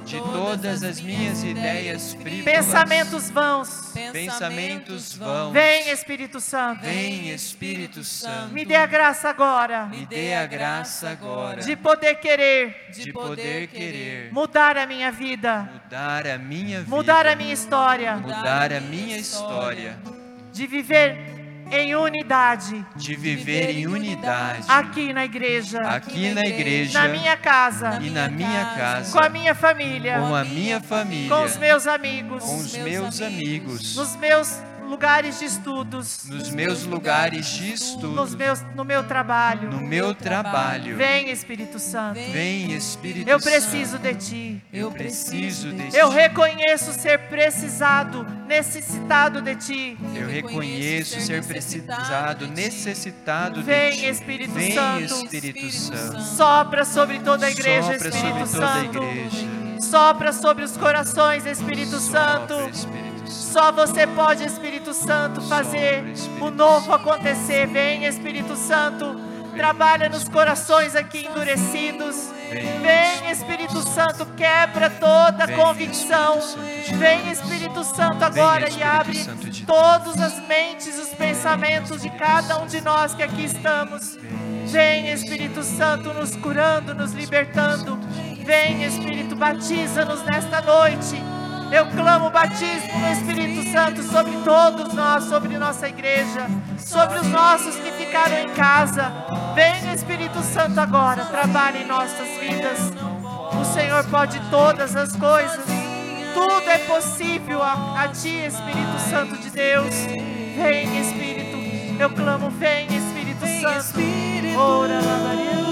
S2: de todas as minhas ideias frívolas,
S3: pensamentos vãos.
S2: pensamentos vãos.
S3: Vem, Espírito Santo.
S2: Vem, Espírito Santo.
S3: Me dê a graça agora
S2: Me dê a graça agora
S3: de poder querer
S2: de poder querer
S3: mudar a minha vida,
S2: mudar a minha vida,
S3: mudar a minha história,
S2: mudar a minha história,
S3: de viver em unidade
S2: de viver em unidade
S3: aqui na igreja,
S2: aqui na igreja
S3: na minha casa,
S2: e na minha casa,
S3: com a minha família,
S2: com a minha família,
S3: com os meus amigos,
S2: com os meus amigos,
S3: nos meus lugares de estudos,
S2: nos meus lugares de estudo,
S3: nos meus, no meu trabalho.
S2: no meu trabalho.
S3: Vem, Espírito Santo.
S2: Vem, Espírito
S3: Eu
S2: Santo.
S3: preciso de Ti.
S2: Eu preciso de Ti.
S3: Eu reconheço ser precisado, necessitado de Ti.
S2: Eu reconheço ser precisado, necessitado de
S3: Vem,
S2: Ti.
S3: Espírito
S2: Vem,
S3: Santo.
S2: Espírito Santo.
S3: Sopra sobre toda a igreja,
S2: Sopra
S3: Espírito
S2: sobre toda a
S3: Santo.
S2: igreja.
S3: Sopra sobre os corações, Espírito Santo.
S2: Sopra, Espírito Santo.
S3: Só você pode, Espírito Santo, fazer
S2: Sopra, Espírito
S3: o novo acontecer. Vem, Espírito Santo. Trabalha nos corações aqui endurecidos.
S2: Vem.
S3: Vem, Espírito Santo, quebra toda
S2: Vem,
S3: convicção.
S2: Espírito Santo.
S3: Vem, Espírito Santo, agora
S2: Vem,
S3: e abre
S2: Espírito Santo de
S3: todas as mentes, os pensamentos de cada um de nós que aqui estamos. Vem, Espírito Santo, nos curando, nos libertando. Vem, Espírito, batiza-nos nesta noite. Eu clamo o batismo no Espírito Santo sobre todos nós, sobre nossa igreja, sobre os nossos que ficaram em casa. Vem, Espírito Santo, agora, trabalhe em nossas vidas. O Senhor pode todas as coisas. Tudo é possível a, a Ti, Espírito Santo de Deus. Vem, Espírito. Eu clamo, vem, Espírito Santo. Ora, Maria.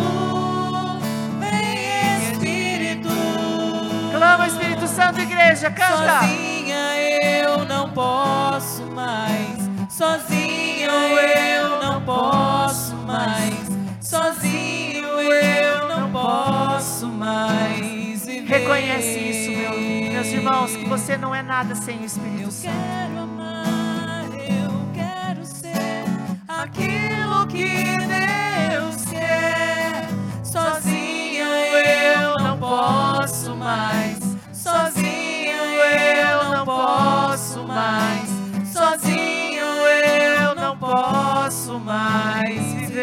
S3: Clama, Espírito Santo, igreja, canta.
S1: Sozinha eu não posso mais. Sozinho eu não posso mais. Sozinho eu não posso mais viver.
S3: Reconhece isso, meu, meus irmãos, que você não é nada sem o Espírito
S1: Eu
S3: Santo.
S1: quero amar, eu quero ser aquilo que Deus quer. Sozinho eu não posso mais. Sozinho eu não posso mais. Sozinho eu não posso mais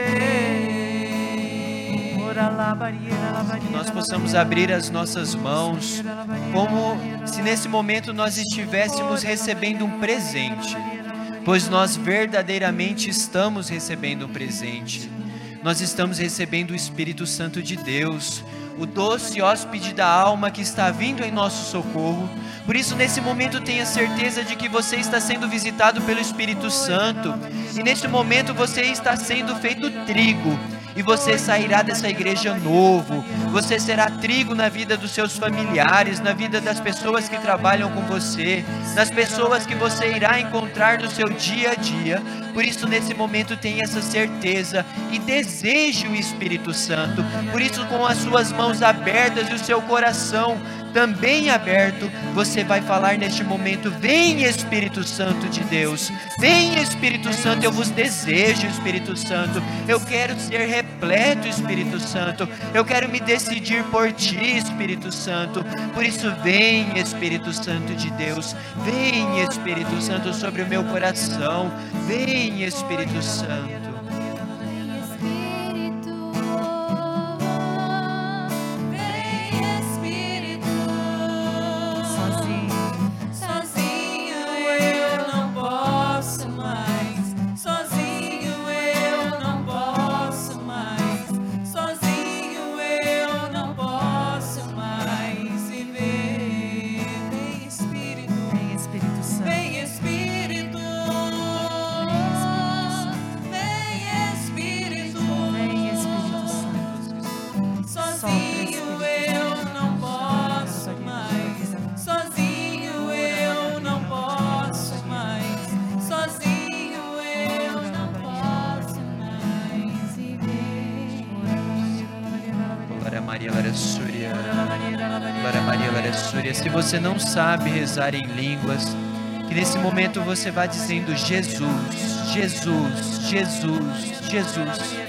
S1: viver. Ora lá, barreira, lá, barreira,
S2: Nós
S3: lá,
S2: possamos
S3: barreira.
S2: abrir as nossas mãos como se nesse momento nós estivéssemos recebendo um presente, pois nós verdadeiramente estamos recebendo um presente. Nós estamos recebendo o Espírito Santo de Deus, o doce hóspede da alma que está vindo em nosso socorro. Por isso, nesse momento, tenha certeza de que você está sendo visitado pelo Espírito Santo, e neste momento você está sendo feito trigo, e você sairá dessa igreja novo. Você será trigo na vida dos seus familiares, na vida das pessoas que trabalham com você, nas pessoas que você irá encontrar no seu dia a dia. Por isso, nesse momento, tenha essa certeza e deseje o Espírito Santo. Por isso, com as suas mãos abertas e o seu coração também aberto, você vai falar neste momento: vem, Espírito Santo de Deus, vem, Espírito Santo, eu vos desejo, Espírito Santo, eu quero ser repleto, Espírito Santo, eu quero me decidir por Ti, Espírito Santo. Por isso, vem, Espírito Santo de Deus, vem, Espírito Santo, sobre o meu coração, vem, Espírito Santo. Se você não sabe rezar em línguas, que nesse momento você vá dizendo: Jesus, Jesus, Jesus, Jesus.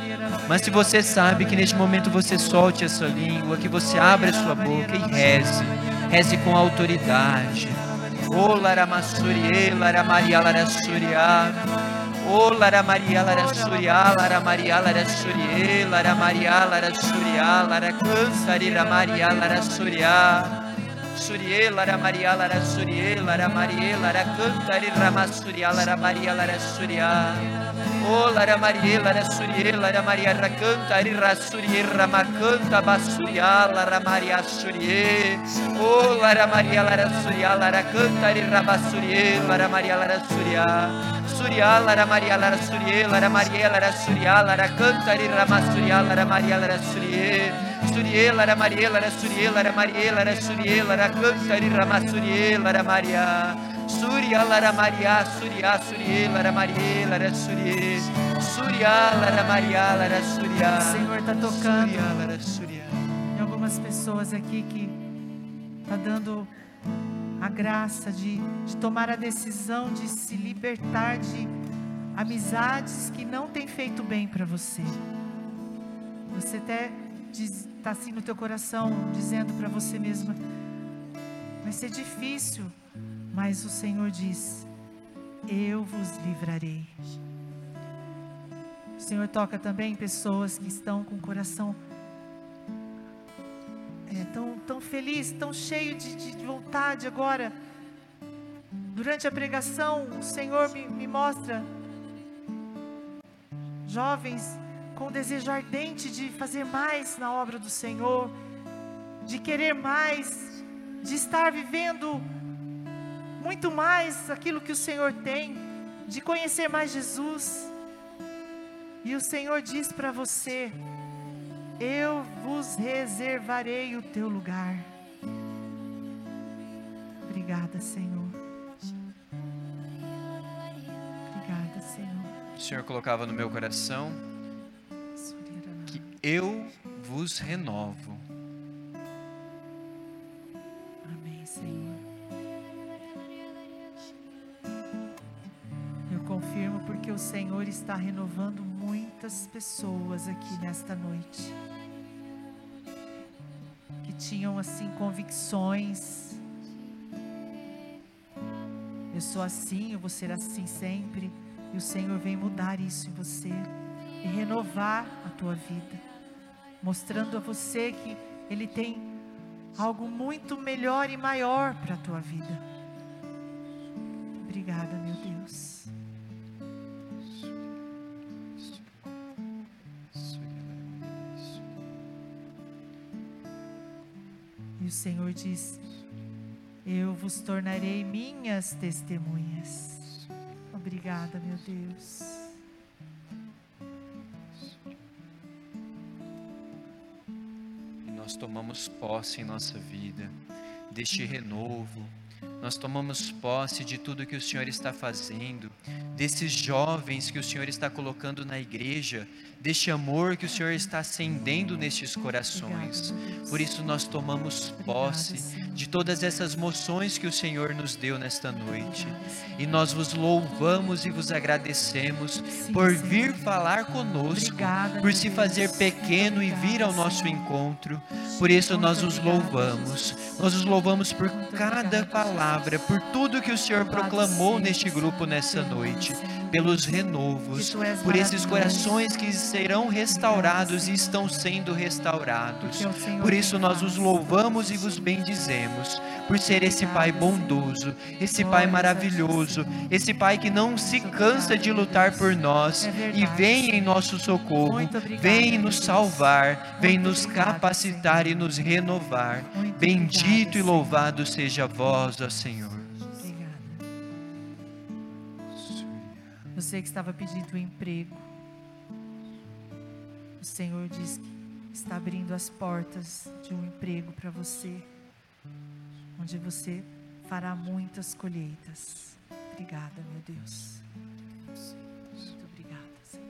S2: Mas se você sabe que neste momento você solte a sua língua, que você abra a sua boca e reze, reze com autoridade. O Lara Massurie, Lara Maria, Lara Suriá. O Lara Maria, Lara Suriá, Lara Maria, Lara Surie, Lara Maria, Lara Suriá, Lara Cansarira Maria, Lara Suriá. Surie, Lara Maria, Lara Surie, Lara Maria, Lara Cantarira Massuria, Lara Maria, Lara Suriá. O Lara Maria, Lara Surie, Lara Maria, Racantarira Surie, Ramacanta Bassuria, Lara Maria Surie. O Lara Maria, Lara Suria, Lara Cantarira Bassurie, Lara Maria, Lara Suriá. Suria, Lara Maria, Lara Surie, Lara Maria, Lara Suriá, Lara Cantarira Massuria, Lara Maria, Lara Surie. Surie, Lara Maria, Lara Surie, Lara Maria, Lara Surie, Lara Cantarira Massurie, Lara Maria. Suria, Lara Maria, Suria, Surie, Lara Maria, Lara Surie. Suria, Lara Maria, Lara Suria.
S3: O Senhor está tocando
S2: Suria, Lara Suria.
S3: em algumas pessoas aqui que está dando a graça de, de tomar a decisão de se libertar de amizades que não têm feito bem para você. Você até está assim no teu coração, dizendo para você mesma, vai ser difícil, mas o Senhor diz, eu vos livrarei. O Senhor toca também em pessoas que estão com o coração é, tão, tão feliz, tão cheio de, de vontade agora. Durante a pregação, o Senhor me, me mostra jovens com desejo ardente de fazer mais na obra do Senhor, de querer mais, de estar vivendo muito mais aquilo que o Senhor tem, de conhecer mais Jesus. E o Senhor diz para você, eu vos reservarei o teu lugar. Obrigada, Senhor. Obrigada, Senhor.
S2: O Senhor colocava no meu coração que eu vos renovo.
S3: Amém, Senhor. Eu confirmo porque o Senhor está renovando muitas pessoas aqui nesta noite. Que tinham assim convicções. Eu sou assim, eu vou ser assim sempre. E o Senhor vem mudar isso em você e renovar a tua vida, mostrando a você que Ele tem algo muito melhor e maior para a tua vida. Obrigada, meu Deus. E o Senhor diz, eu vos tornarei minhas testemunhas. Obrigada, meu Deus.
S2: E nós tomamos posse em nossa vida deste renovo. Nós tomamos posse de tudo que o Senhor está fazendo, desses jovens que o Senhor está colocando na igreja, deste amor que o Senhor está acendendo nestes corações. Por isso nós tomamos posse de todas essas moções que o Senhor nos deu nesta noite. E nós vos louvamos e vos agradecemos por vir falar conosco, por se fazer pequeno e vir ao nosso encontro. Por isso nós os louvamos. Nós os louvamos por cada palavra, por tudo que o Senhor proclamou neste grupo nessa noite, pelos renovos, por esses corações que serão restaurados e estão sendo restaurados. Por isso nós os louvamos e vos bendizemos, por ser esse Pai bondoso, esse Pai maravilhoso, esse Pai que não se cansa de lutar por nós e vem em nosso socorro, vem nos salvar, vem nos capacitar e nos renovar. Bendito e louvado seja vós, ó Senhor.
S3: Obrigada. Você que estava pedindo um emprego, o Senhor diz que está abrindo as portas de um emprego para você, onde você fará muitas colheitas. Obrigada, meu Deus. Muito obrigada, Senhor.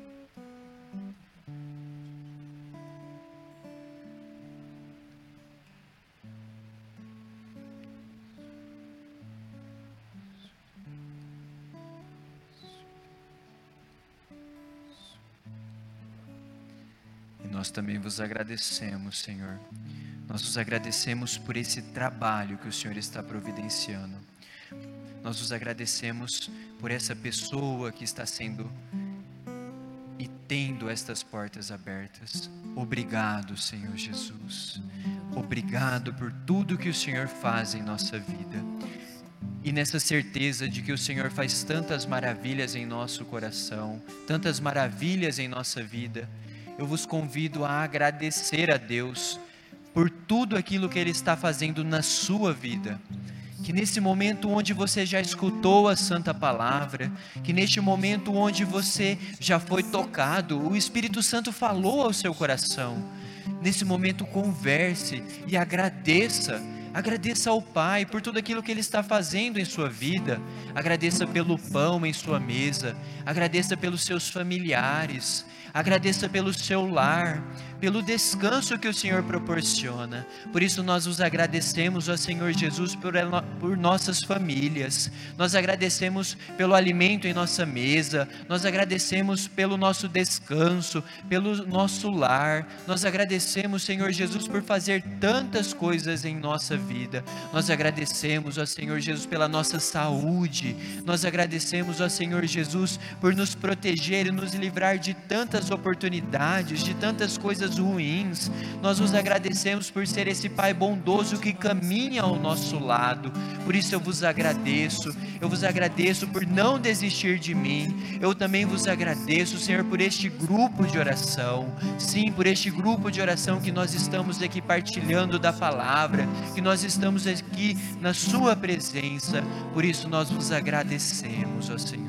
S2: nós também vos agradecemos, Senhor. Nós vos agradecemos por esse trabalho que o Senhor está providenciando. Nós vos agradecemos por essa pessoa que está sendo e tendo estas portas abertas. Obrigado, Senhor Jesus. Obrigado por tudo que o Senhor faz em nossa vida. E nessa certeza de que o Senhor faz tantas maravilhas em nosso coração, tantas maravilhas em nossa vida, eu vos convido a agradecer a Deus por tudo aquilo que Ele está fazendo na sua vida. Que nesse momento onde você já escutou a Santa Palavra, que neste momento onde você já foi tocado, o Espírito Santo falou ao seu coração. Nesse momento converse e agradeça. Agradeça ao Pai por tudo aquilo que Ele está fazendo em sua vida. Agradeça pelo pão em sua mesa. Agradeça pelos seus familiares. Agradeça pelo seu lar, pelo descanso que o Senhor proporciona. Por isso nós os agradecemos ao Senhor Jesus por, por nossas famílias. Nós agradecemos pelo alimento em nossa mesa. Nós agradecemos pelo nosso descanso, pelo nosso lar. Nós agradecemos, Senhor Jesus, por fazer tantas coisas em nossa vida. Nós agradecemos ao Senhor Jesus pela nossa saúde. Nós agradecemos ao Senhor Jesus por nos proteger e nos livrar de tantas oportunidades, de tantas coisas ruins. Nós os agradecemos por ser esse Pai bondoso que caminha ao nosso lado. Por isso eu vos agradeço, eu vos agradeço por não desistir de mim. Eu também vos agradeço, Senhor, por este grupo de oração. Sim, por este grupo de oração que nós estamos aqui partilhando da palavra, que nós estamos aqui na sua presença. Por isso nós vos agradecemos, ó Senhor.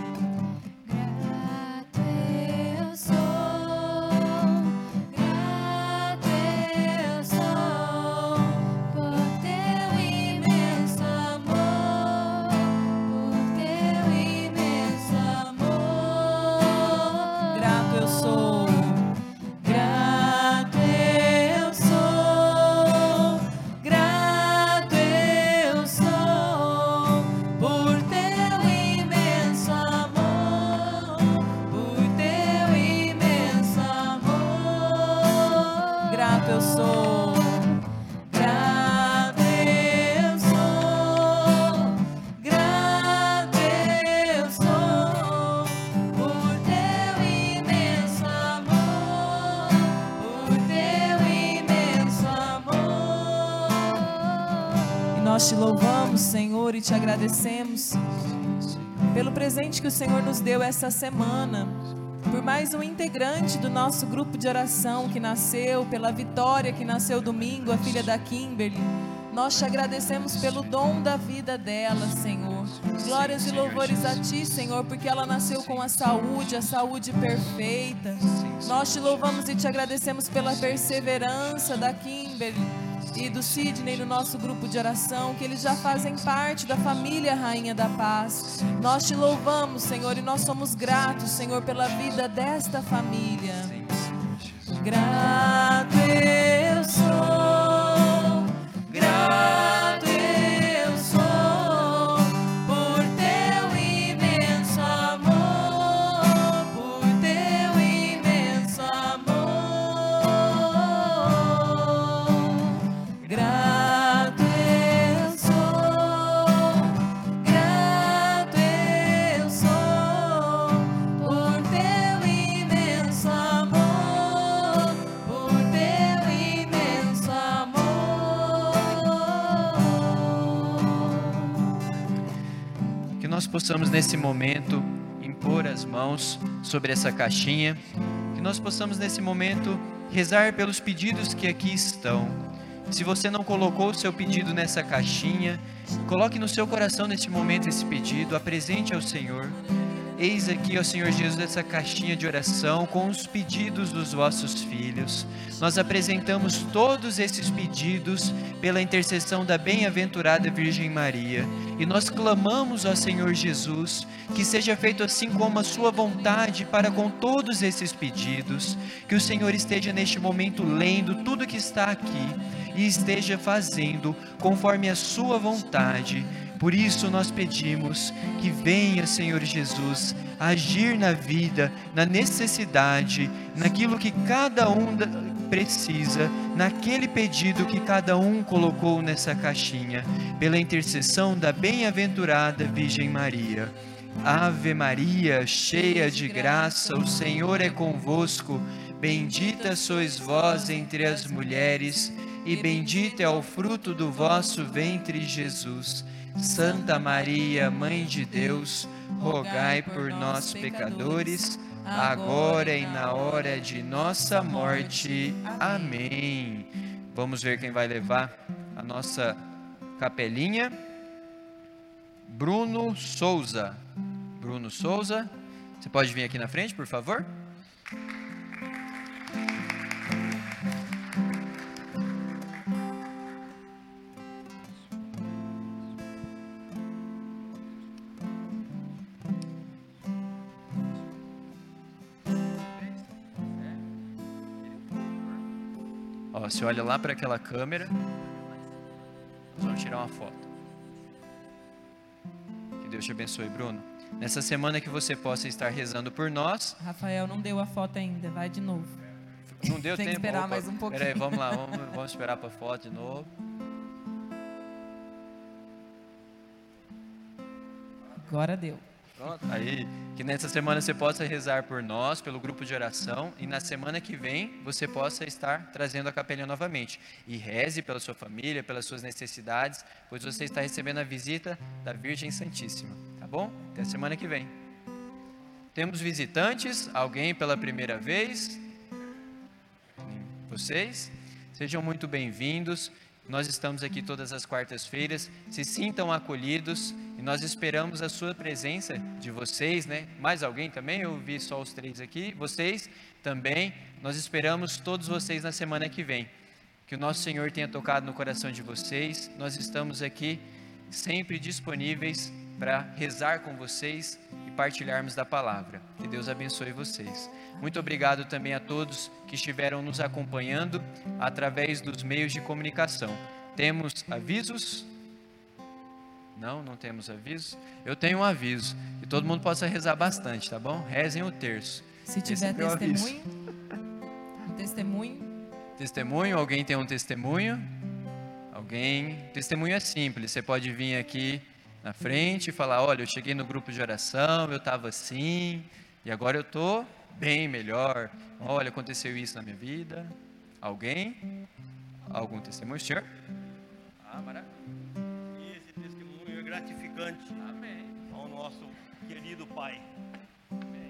S1: Nós te louvamos, Senhor, e te agradecemos pelo presente que o Senhor nos deu essa semana, por mais um integrante do nosso grupo de oração que nasceu, pela Vitória que nasceu domingo, a filha da Kimberly. Nós te agradecemos pelo dom da vida dela, Senhor. Glórias e louvores a ti, Senhor, porque ela nasceu com a saúde, a saúde perfeita. Nós te louvamos e te agradecemos pela perseverança da Kimberly e do Sidney no nosso grupo de oração, que eles já fazem parte da família Rainha da Paz. Nós te louvamos, Senhor, e nós somos gratos, Senhor, pela vida desta família. Grato eu sou, grato eu sou, por teu imenso amor, por teu imenso amor. Grato eu sou, grato eu sou, por teu imenso amor, por teu imenso amor.
S2: Que nós possamos nesse momento impor as mãos sobre essa caixinha, que nós possamos nesse momento rezar pelos pedidos que aqui estão. Se você não colocou o seu pedido nessa caixinha, coloque no seu coração nesse momento esse pedido, apresente ao Senhor. Eis aqui, ó Senhor Jesus, essa caixinha de oração com os pedidos dos vossos filhos. Nós apresentamos todos esses pedidos pela intercessão da bem-aventurada Virgem Maria. E nós clamamos ao Senhor Jesus, que seja feito assim como a sua vontade para com todos esses pedidos. Que o Senhor esteja neste momento lendo tudo que está aqui e esteja fazendo conforme a sua vontade. Por isso nós pedimos que venha, Senhor Jesus, agir na vida, na necessidade, naquilo que cada um precisa, naquele pedido que cada um colocou nessa caixinha, pela intercessão da bem-aventurada Virgem Maria. Ave Maria, cheia de graça, o Senhor é convosco. Bendita sois vós entre as mulheres, e bendito é o fruto do vosso ventre, Jesus. Santa Maria, Mãe de Deus, rogai por nós, pecadores, agora e na hora de nossa morte. Amém. Vamos ver quem vai levar a nossa capelinha. Bruno Souza. Bruno Souza, você pode vir aqui na frente, por favor? Ó, você olha lá para aquela câmera. Nós vamos tirar uma foto. Que Deus te abençoe, Bruno. Nessa semana que você possa estar rezando por nós.
S1: Rafael não deu a foto ainda, vai de novo.
S2: Não deu
S1: Tem
S2: tempo?
S1: que esperar
S2: Opa,
S1: mais um pouquinho.
S2: Peraí, vamos lá, vamos, vamos esperar para a foto de novo.
S1: Agora deu.
S2: Pronto, aí, que nessa semana você possa rezar por nós, pelo grupo de oração, e na semana que vem você possa estar trazendo a capelinha novamente. E reze pela sua família, pelas suas necessidades, pois você está recebendo a visita da Virgem Santíssima, tá bom? Até a semana que vem. Temos visitantes, alguém pela primeira vez? Vocês? Sejam muito bem-vindos. Nós estamos aqui todas as quartas-feiras, se sintam acolhidos e nós esperamos a sua presença de vocês, né? Mais alguém também? Eu vi só os três aqui. Vocês também. Nós esperamos todos vocês na semana que vem. Que o nosso Senhor tenha tocado no coração de vocês. Nós estamos aqui sempre disponíveis para rezar com vocês e partilharmos da palavra. Que Deus abençoe vocês. Muito obrigado também a todos que estiveram nos acompanhando através dos meios de comunicação. Temos avisos? Não, não temos avisos. Eu tenho um aviso, que todo mundo possa rezar bastante, tá bom? Rezem o terço.
S1: Se tiver
S2: Esse é o
S1: testemunho, um testemunho.
S2: Testemunho, alguém tem um testemunho? Alguém? Testemunho é simples, você pode vir aqui na frente e falar, olha, eu cheguei no grupo de oração, eu estava assim, e agora eu estou bem melhor. Olha, aconteceu isso na minha vida. Alguém? Algum testemunho, senhor? Ah, maravilha.
S4: E esse testemunho é gratificante.
S2: Amém.
S4: Ao nosso querido Pai.
S2: Amém.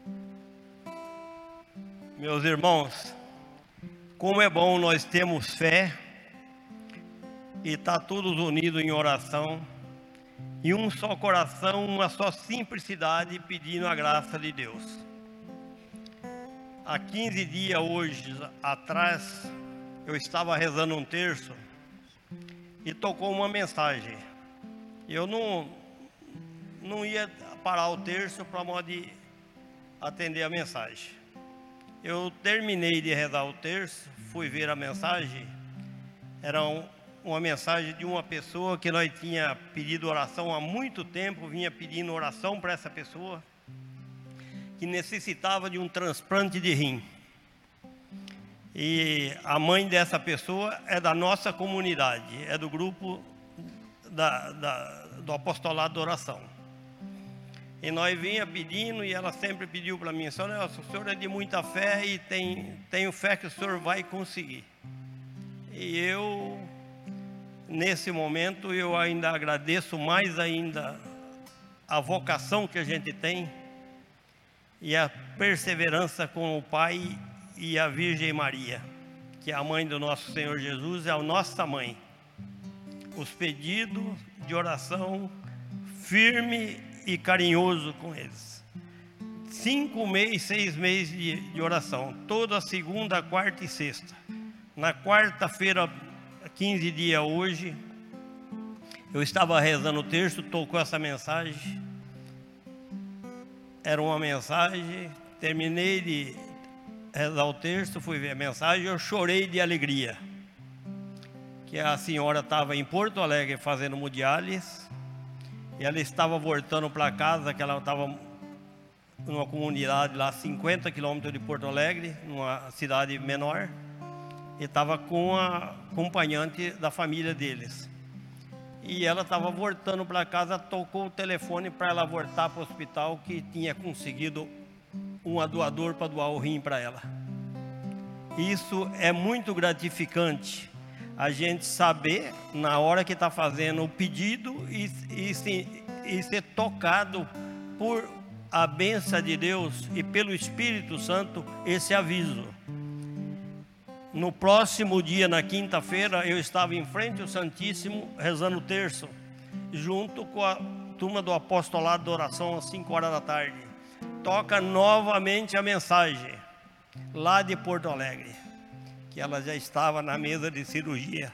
S4: Meus irmãos, como é bom nós termos fé e estar tá todos unidos em oração, e um só coração, uma só simplicidade, pedindo a graça de Deus. Há quinze dias hoje atrás, eu estava rezando um terço e tocou uma mensagem. Eu não, não ia parar o terço para modo de atender a mensagem. Eu terminei de rezar o terço, fui ver a mensagem. Era um, uma mensagem de uma pessoa que nós tinha pedido oração há muito tempo, vinha pedindo oração para essa pessoa, que necessitava de um transplante de rim. E a mãe dessa pessoa é da nossa comunidade, é do grupo da, da, do apostolado da oração. E nós vinha pedindo, e ela sempre pediu para mim, senhor, o senhor é de muita fé e tem, tenho fé que o senhor vai conseguir. E eu, nesse momento, eu ainda agradeço mais ainda a vocação que a gente tem, e a perseverança com o Pai e a Virgem Maria, que é a mãe do nosso Senhor Jesus, é a nossa mãe. Os pedidos de oração firme e carinhoso com eles. Cinco meses, seis meses de, de oração, toda segunda, quarta e sexta. Na quarta-feira, quinze dias hoje, eu estava rezando o terço, tocou essa mensagem. Era uma mensagem, terminei de rezar o terço, fui ver a mensagem, eu chorei de alegria. Que a senhora estava em Porto Alegre fazendo hemodiálise E ela estava voltando para casa, que ela estava numa comunidade lá, cinquenta quilômetros de Porto Alegre, numa cidade menor, e estava com a acompanhante da família deles. E ela estava voltando para casa, tocou o telefone para ela voltar para o hospital, que tinha conseguido um doador para doar o rim para ela. Isso é muito gratificante, a gente saber na hora que está fazendo o pedido e, e, se, e ser tocado por a bênção de Deus e pelo Espírito Santo esse aviso. No próximo dia, na quinta-feira, eu estava em frente ao Santíssimo rezando o terço, junto com a turma do apostolado da oração às cinco horas da tarde. Toca novamente a mensagem lá de Porto Alegre, que ela já estava na mesa de cirurgia,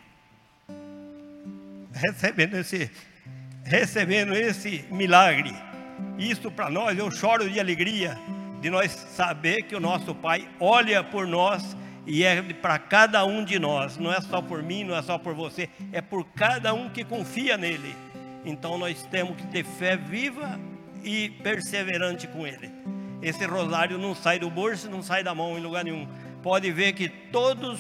S4: recebendo esse, recebendo esse milagre. Isso para nós, eu choro de alegria de nós saber que o nosso Pai olha por nós e é para cada um de nós. Não é só por mim, não é só por você, é por cada um que confia nele. Então nós temos que ter fé viva e perseverante com ele. Esse rosário não sai do bolso, não sai da mão em lugar nenhum. Pode ver que todas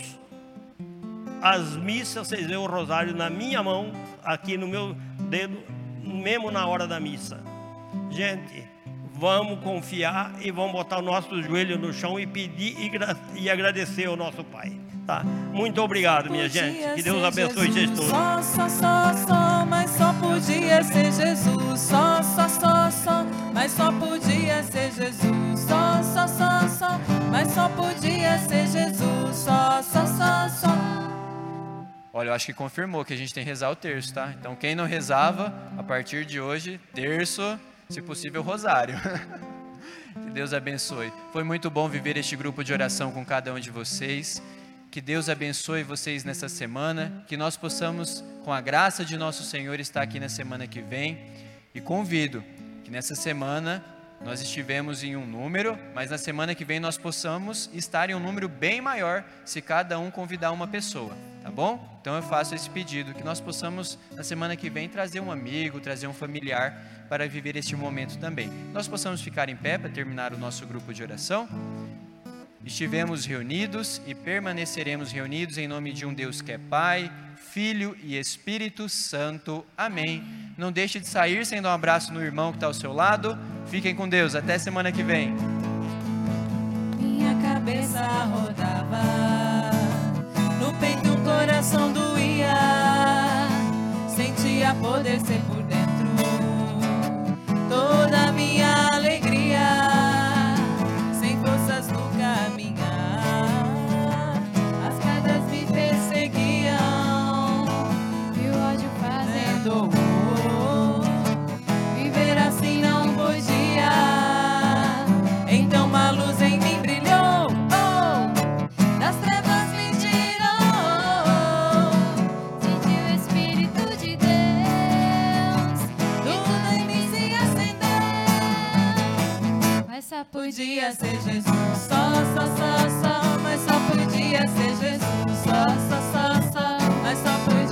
S4: as missas, vocês veem o rosário na minha mão, aqui no meu dedo, mesmo na hora da missa. Gente, vamos confiar e vamos botar o nosso joelho no chão e pedir e, e agradecer ao nosso Pai, tá? Muito obrigado, minha gente. Que Deus abençoe vocês todos.
S1: Só, só, só, só, mas só podia ser Jesus. Só, só, só, só, mas só podia ser Jesus. Só, só, só, só, mas só podia ser Jesus. Só, só, só, só.
S2: Olha, eu acho que confirmou que a gente tem que rezar o terço, tá? Então, quem não rezava, a partir de hoje, terço, se possível, rosário. Que Deus abençoe. Foi muito bom viver este grupo de oração com cada um de vocês. Que Deus abençoe vocês nessa semana. Que nós possamos, com a graça de nosso Senhor, estar aqui na semana que vem. E convido que nessa semana nós estivemos em um número, mas na semana que vem nós possamos estar em um número bem maior, se cada um convidar uma pessoa, tá bom? Então eu faço esse pedido, que nós possamos na semana que vem trazer um amigo, trazer um familiar para viver este momento também. Nós possamos ficar em pé para terminar o nosso grupo de oração. Estivemos reunidos e permaneceremos reunidos em nome de um Deus que é Pai, Filho e Espírito Santo. Amém. Não deixe de sair sem dar um abraço no irmão que está ao seu lado. Fiquem com Deus. Até semana que vem.
S1: Minha cabeça rodava, no peito o coração doía, sentia poder ser por dentro, toda a minha alegria, sem forças no caminhar, as pedras me perseguiam, e o ódio fazendo horror, viver assim não podia, então uma luz em mim brilhou, oh, das trevas me tirou, senti o Espírito de Deus, tudo em mim se acendeu, mas só podia ser Jesus, só, só, só, só, mas só podia ser Jesus, só, só, só, só, mas só podia